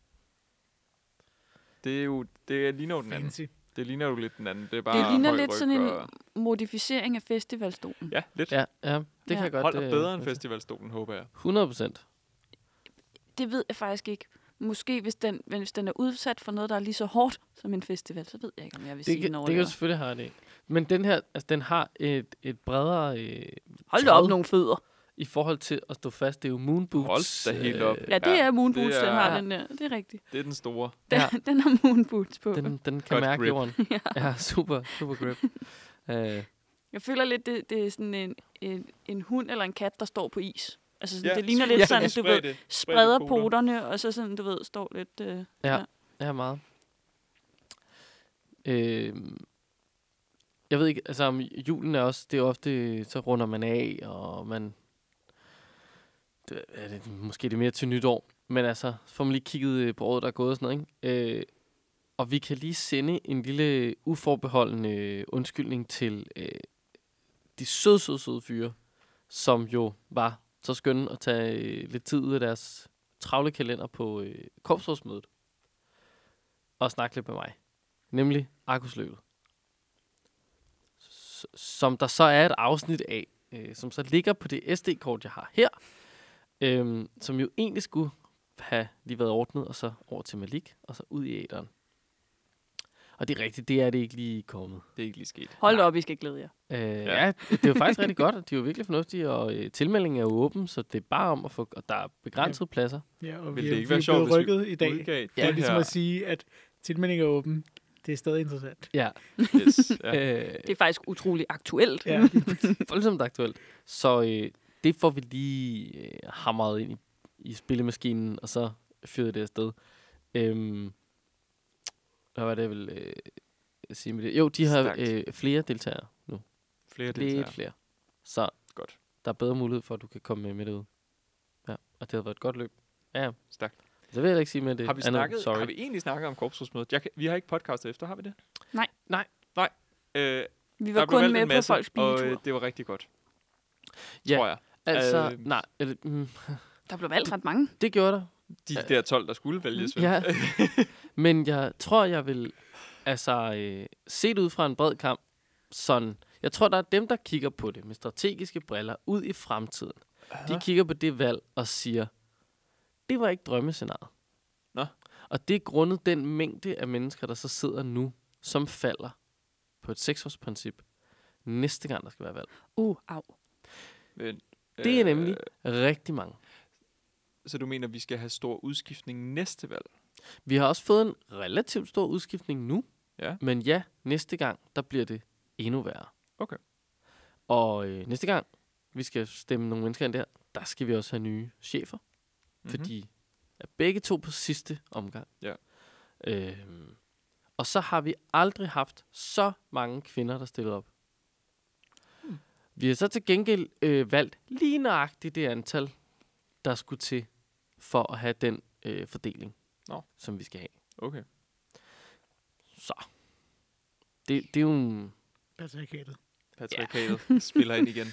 Det ligner jo den anden. Fancy. Det ligner jo lidt den anden. Det er bare Det ligner høj lidt ryg sådan en og, modificering af festivalstolen. Ja, lidt. Ja, det kan jeg godt. Holder det- bedre end festivalstolen, håber jeg. 100%. Det ved jeg faktisk ikke. Måske hvis den er udsat for noget, der er lige så hårdt som en festival, så ved jeg ikke, om jeg vil sige, den Det kan overlever. du selvfølgelig have det. Men den her, altså den har et bredere Hold da op, tråd nogle fødder. i forhold til at stå fast. Det er jo moonboots. Hold da helt op. Ja, det er moonboots, det den har er- den der. Det er rigtigt. Det er den store. Den, Ja. den har moonboots på. Den kan Godt mærke grip. jorden. Ja, super grip. Jeg føler lidt, det er sådan en hund eller en kat, der står på is. Altså sådan, Ja, det ligner spred- lidt sådan, du spred ved, det. spreder poter. poterne, og så sådan, du ved, står lidt... Ja, meget. Jeg ved ikke, altså om julen er også, det er ofte, så runder man af, og man, det er det, måske det er mere til nytår, men altså, så får man lige kigget på året, der er gået og sådan noget, ikke? Og vi kan lige sende en lille uforbeholdende undskyldning til de søde fyre, som jo var så skønne at tage lidt tid ud af deres travle kalender på korpsrådsmødet og snakke lidt med mig. Nemlig Arkusløbet. Som der så er et afsnit af, som så ligger på det SD-kort, jeg har her, som jo egentlig skulle have lige været ordnet, og så over til Malik, og så ud i æteren. Og det er rigtigt, det er det ikke lige kommet. Det er ikke lige sket. Hold da op, I skal glæde jer. Ja, det er jo faktisk rigtig godt, og de er jo virkelig fornuftige, og tilmeldingen er jo åben, så det er bare om at få, og der er begrænsede pladser. Ja, og Vil vi det er ikke være sjovt, hvis vi rykket i dag. udgav Ja, det ligesom her? at sige, at tilmeldingen er åben. Det er stadig interessant. Ja. Yes, ja. Det er faktisk utrolig aktuelt. Ja, Voldsomt aktuelt. Så det får vi lige hamret ind i spillemaskinen, og så fyret det afsted. Hvad var det, jeg vil sige med det? Jo, de har flere deltagere nu. Flere deltagere. Lidt flere. Så Godt. der er bedre mulighed for, at du kan komme med derude. Ja, og det har været et godt løb. Ja, Stærkt. så vil jeg ikke sige med det. Har vi egentlig snakket om korpsrådsmødet? Vi har ikke podcastet efter, har vi det? Nej. Vi Vi der var blev kun valgt med en på masse, folks og biltur. det var rigtig godt. Ja, Tror jeg. altså, nej, Der blev valgt ret mange. det gjorde der. De der 12, der skulle vælges. vel? Ja, men jeg tror, jeg vil set ud fra en bred kamp, sådan, jeg tror, der er dem, der kigger på det med strategiske briller ud i fremtiden. De kigger på det valg og siger, det var ikke drømmescenariet. Nå. Og det er grundet den mængde af mennesker, der så sidder nu, som falder på et 6-årsprincip næste gang, der skal være valg. Au. Men, Det er nemlig rigtig mange. Så du mener, vi skal have stor udskiftning næste valg? Vi har også fået en relativt stor udskiftning nu, Ja. men ja, næste gang, der bliver det endnu værre. Okay. Og næste gang, vi skal stemme nogle mennesker ind der skal vi også have nye chefer, fordi er begge to på sidste omgang. Ja. Og så har vi aldrig haft så mange kvinder, der stillede op. Vi har så til gengæld valgt lige nøjagtigt det antal, der skulle til for at have den fordeling, som vi skal have. Okay. Så. Det er jo en... Patriarkatet spiller ind igen.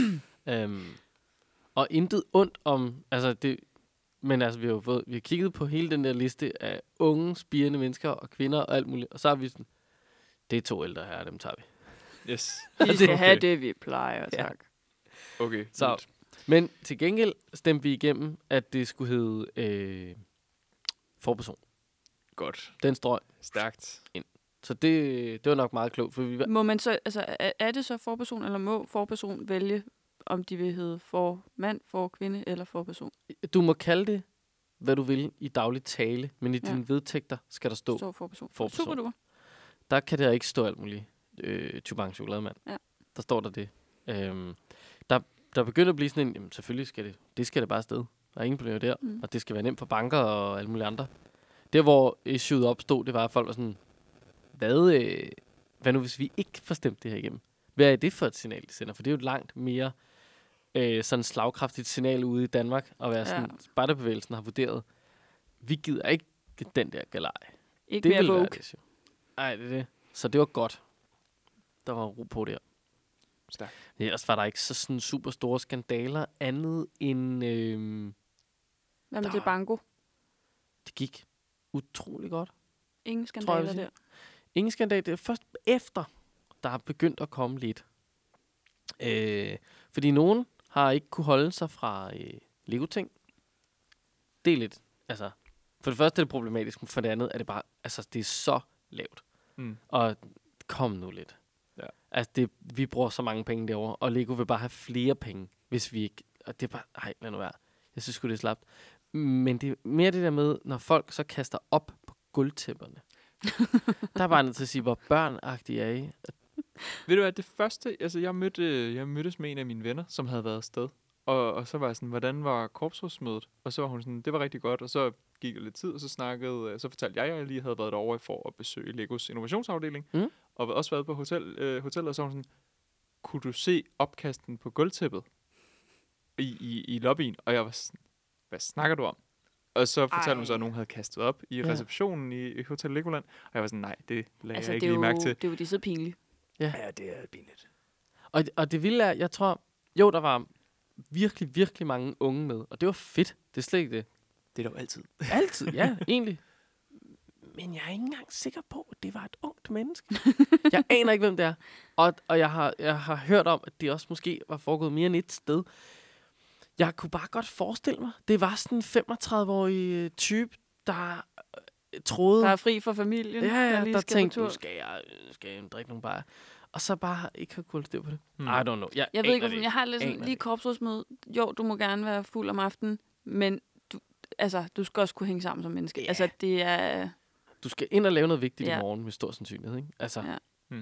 Og intet ondt om... Altså, det... Men altså, vi har kigget på hele den der liste af unge, spirende mennesker og kvinder og alt muligt. Og så har vi sådan... Det er 2 ældre her, dem tager vi. Yes. Vi skal have det, vi plejer, Ja. tak. Okay. Så, vildt. men til gengæld stemte vi igennem, at det skulle hedde forperson. Godt. Den strøg. Stærkt. Så det var nok meget klogt, for vi Må man så, altså, er det så forperson, eller må forperson vælge, om de vil hedde for mand, for kvinde eller forperson? du må kalde det, hvad du vil i daglig tale, men i dine vedtægter skal der stå. Så forperson. Forperson. Super duper. Der kan der ikke stå alt muligt. Tubang chokolademand. Ja. Der står der det. Der begynder at blive sådan en, jamen selvfølgelig skal det skal det bare afsted. Der er ingen problemer der. Og det skal være nemt for banker og alle mulige andre. Der hvor issueet opstod, det var, at folk var sådan, hvad nu hvis vi ikke får stemt det her igennem? Hvad er det for et signal, de sender? For det er jo et langt mere sådan slagkraftigt signal ude i Danmark, at være sådan, spejderbevægelsen har vurderet, vi gider ikke den der galej. Ikke mere Vogue. Nej, det er det. Så det var godt. Der var ro på der. Stærkt. Ellers var der ikke så sådan super store skandaler, andet end... Hvad med det banko? Det gik utrolig godt. Ingen Tror jeg, skandaler vil sige. der. Ingen skandal. Det er først efter, der er begyndt at komme lidt. Fordi nogen har ikke kunne holde sig fra Lego-ting. Det er lidt... Altså, for det første er det problematisk, men for det andet er det bare... Altså, det er så lavt. Og kom nu lidt. Ja. Altså, vi bruger så mange penge derovre, og Lego vil bare have flere penge, hvis vi ikke... Og det er bare... Ej, lad nu være. Jeg synes sgu, det er slapt. Men det er mere det der med, når folk så kaster op på gulvtæpperne. Der er bare nødt til at sige, hvor børnagtige er I. Ved du hvad, det første... Altså, jeg mødtes med en af mine venner, som havde været afsted. Og så var jeg sådan, hvordan var korpsrådsmødet? Og så var hun sådan, det var rigtig godt. Og så gik der lidt tid, og så fortalte jeg lige havde været derovre for at besøge Legos innovationsafdeling. og også været på hotellet, og så var hun sådan, kunne du se opkasten på gulvtæppet i lobbyen? Og jeg var sådan, hvad snakker du om? Og så fortalte hun så, at nogen havde kastet op i receptionen i Hotel Legoland. Og jeg var sådan, nej, det lagde jeg ikke lige mærke til. Det er jo det så pinligt. Ja, det er pinligt. Og det vilde er, jeg tror, jo, der var virkelig, virkelig mange unge med. Og det var fedt. Det er slet ikke det. Det er der jo altid. Altid, ja, egentlig. Men jeg er ikke engang sikker på, at det var et ungt menneske. Jeg aner ikke, hvem det er. Og jeg har hørt om, at det også måske var foregået mere end et sted. Jeg kunne bare godt forestille mig, det var sådan en 35-årig type, der troede... Der er fri for familien. der tænkte, nu skal jeg drikke nogle bajer. Og så bare ikke have kunnet styr på det. I don't know. Jeg ved ikke, jeg har lidt sådan, lige korpsrådsmøde. Jo, du må gerne være fuld om aftenen, men du skal også kunne hænge sammen som menneske. Yeah. Altså, det er... Du skal ind og lave noget vigtigt i morgen, med stor sandsynlighed, ikke? Altså,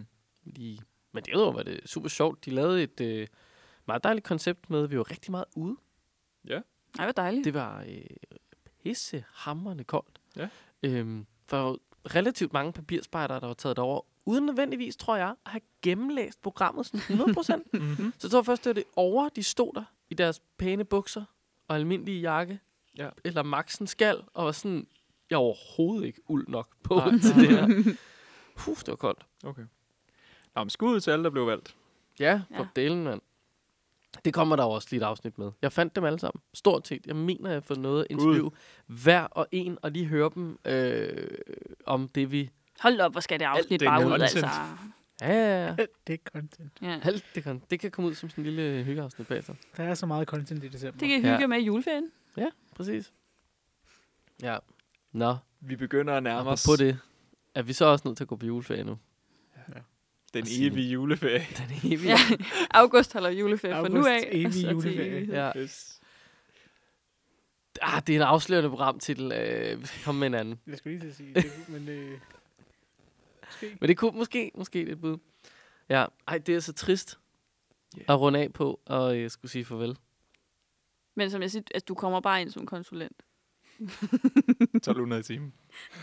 Men derudover var det super sjovt. De lavede et meget dejligt koncept med, vi var rigtig meget ude. Ja. Ej, hvor dejligt. Det var pissehamrende koldt. Ja. Der var relativt mange papirspejdere, der var taget derover, uden nødvendigvis, tror jeg, at have gennemlæst programmet sådan 100%. Mm-hmm. Så jeg tror først, det var det over, de stod der i deres pæne bukser og almindelige jakke. Ja. Eller Maxen skal, og var sådan, jeg har overhovedet ikke uld nok på til det her. Det var koldt. Okay. Nå, men skud til alle, der blev valgt. Ja, for delen, mand. Det kommer der også lige et afsnit med. Jeg fandt dem alle sammen. Stort set. Jeg mener, jeg har fået noget at interviewe hver og en, og lige høre dem om det, vi... Hold op, hvor skal det afsnit det bare ud, content. altså. Ja. Det er content. Ja. Alt det kan komme ud som sådan en lille hyggeafsnit bag sig. Der er så meget content i december. Det kan I hygge med i juleferien. Ja, præcis. Ja. Nå. Vi begynder at nærme os på det. Er vi så også nødt til at gå på juleferie nu? den evige juleferie. Den evige. Ja, august holder juleferie fra nu af. Evig juleferie. Ja. Yes. Det er en afslørende programtitel. Vi skal komme med en anden. Jeg skulle lige til at sige det, men måske. Men det kunne måske det er et bud. Ja, det er så trist at runde af på og skulle sige farvel. Men som jeg siger, altså, du kommer bare ind som konsulent. 1200 i timen.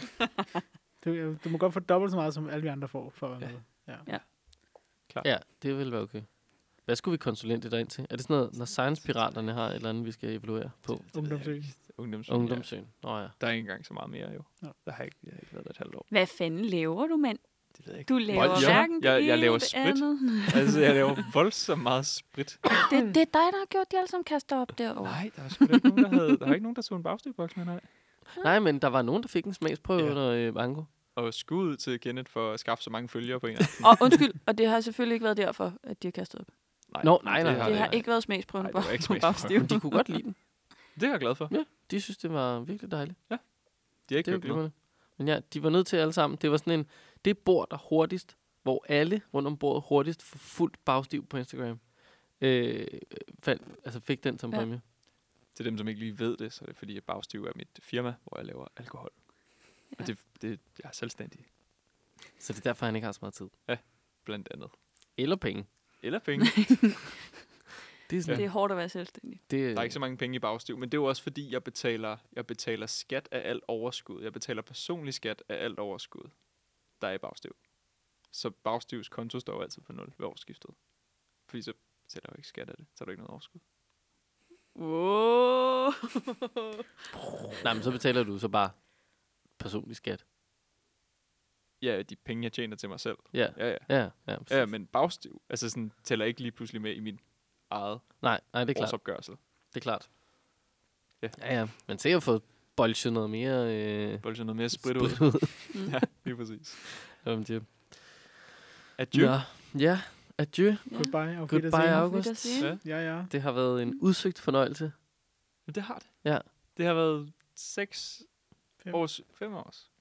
Du må godt få dobbelt så meget, som alle vi andre får for at være med. Ja. Klar. Ja, det vil være okay. Hvad skulle vi konsulente derind til? Er det sådan noget, når Science-piraterne har et eller andet, vi skal evaluere på? Ungdomssøgen. Nå ja. Der er ikke engang så meget mere, jo. Ja. Jeg har ikke været der et halvt år. Hvad fanden laver du, mand? Det ved jeg ikke. Du laver hverken jeg laver det sprit. andet. Altså, jeg laver voldsomt meget sprit. Det er dig, der har gjort, de alle sammen kaster op derovre. Nej, der er sgu da ikke nogen, der er ikke nogen, der tog en bagstøvboks med, nej. Nej, men der var nogen, der fik en smagsprøve under mango. Og skud til Kenneth for at skaffe så mange følgere på en aften. Og undskyld, og det har selvfølgelig ikke været derfor, at de har kastet op. Nej. Det har ikke været smagsprøven på bagstiv. Men de kunne godt lide den. Det er jeg glad for. Ja, de synes, det var virkelig dejligt. Ja, de er ikke det hyggelige. Men ja, de var nødt til alle sammen. Det var sådan det bord, der hurtigst, hvor alle rundt om bordet hurtigst får fuldt bagstiv på Instagram. Fik den som præmie. Til dem, som ikke lige ved det, så er det fordi, at Bagstiv er mit firma, hvor jeg laver alkohol. Ja. Og det jeg er selvstændig. Så det er derfor, han ikke har så meget tid. Ja, blandt andet. Eller penge. Eller penge. Det er hårdt at være selvstændig. Der er ikke så mange penge i Bagstiv, men det er jo også fordi, jeg betaler skat af alt overskud. Jeg betaler personlig skat af alt overskud, der er i Bagstiv. Så Bagstivs konto står jo altid på 0 ved årsskiftet. Fordi så betaler jeg jo ikke skat af det, så er der ikke noget overskud. Wow. Nej, men så betaler du så bare personlig skat. Ja, de penge, jeg tjener til mig selv. Ja, men Bagstiv, altså sådan, tæller ikke lige pludselig med i min eget nej, det er klart. årsopgørelse. Det er klart. Ja. Men sikkert få bolsje noget mere... bolsje noget mere sprit ud. Ja, lige præcis. Adieu. Ja, adieu. Goodbye, August. Ja. Det har været en udsøgt fornøjelse. Men det har det. Ja. Det har været 5 års.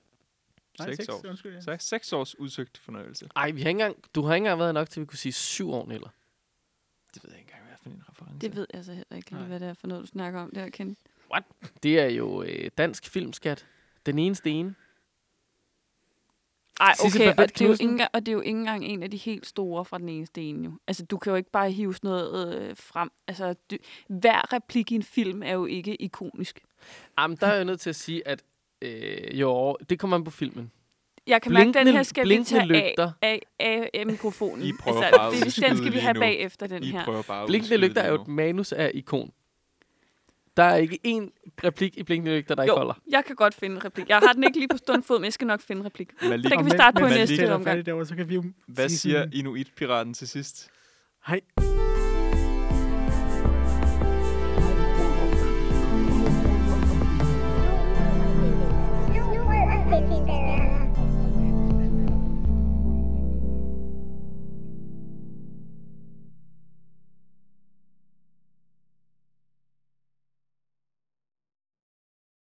6 års udsøgt fornøjelse. Ej, du har ikke engang været nok til, at vi kunne sige 7 år, eller? Det ved jeg ikke engang, hvad for en reference. Det ved jeg så heller ikke lige, hvad det er for noget, du snakker om der, Ken. What? Det er jo dansk filmskat. Den eneste ene. Ej, okay, og det er jo ikke engang en af de helt store fra den eneste ene, jo. Altså, du kan jo ikke bare hive sådan noget frem. Altså, hver replik i en film er jo ikke ikonisk. Jamen, der er jeg nødt til at sige, at det kommer an på filmen. Jeg kan mærke, den her skal vi blinkende tage lygter. af mikrofonen. I prøver bare at den udskyde skal vi lige have nu. bagefter, den I her. prøver bare at Blinkende udskyde lygter er lige jo nu. et manus af ikon. Der er ikke én replik i blinkende lygter, der ikke holder. Jeg kan godt finde en replik. Jeg har den ikke lige på stående fod, men jeg skal nok finde en replik. Malik, Det kan vi starte på Malik, næste omgang. Derovre, så kan vi jo hvad sige siger sådan, Inuit-piraten til sidst? hej.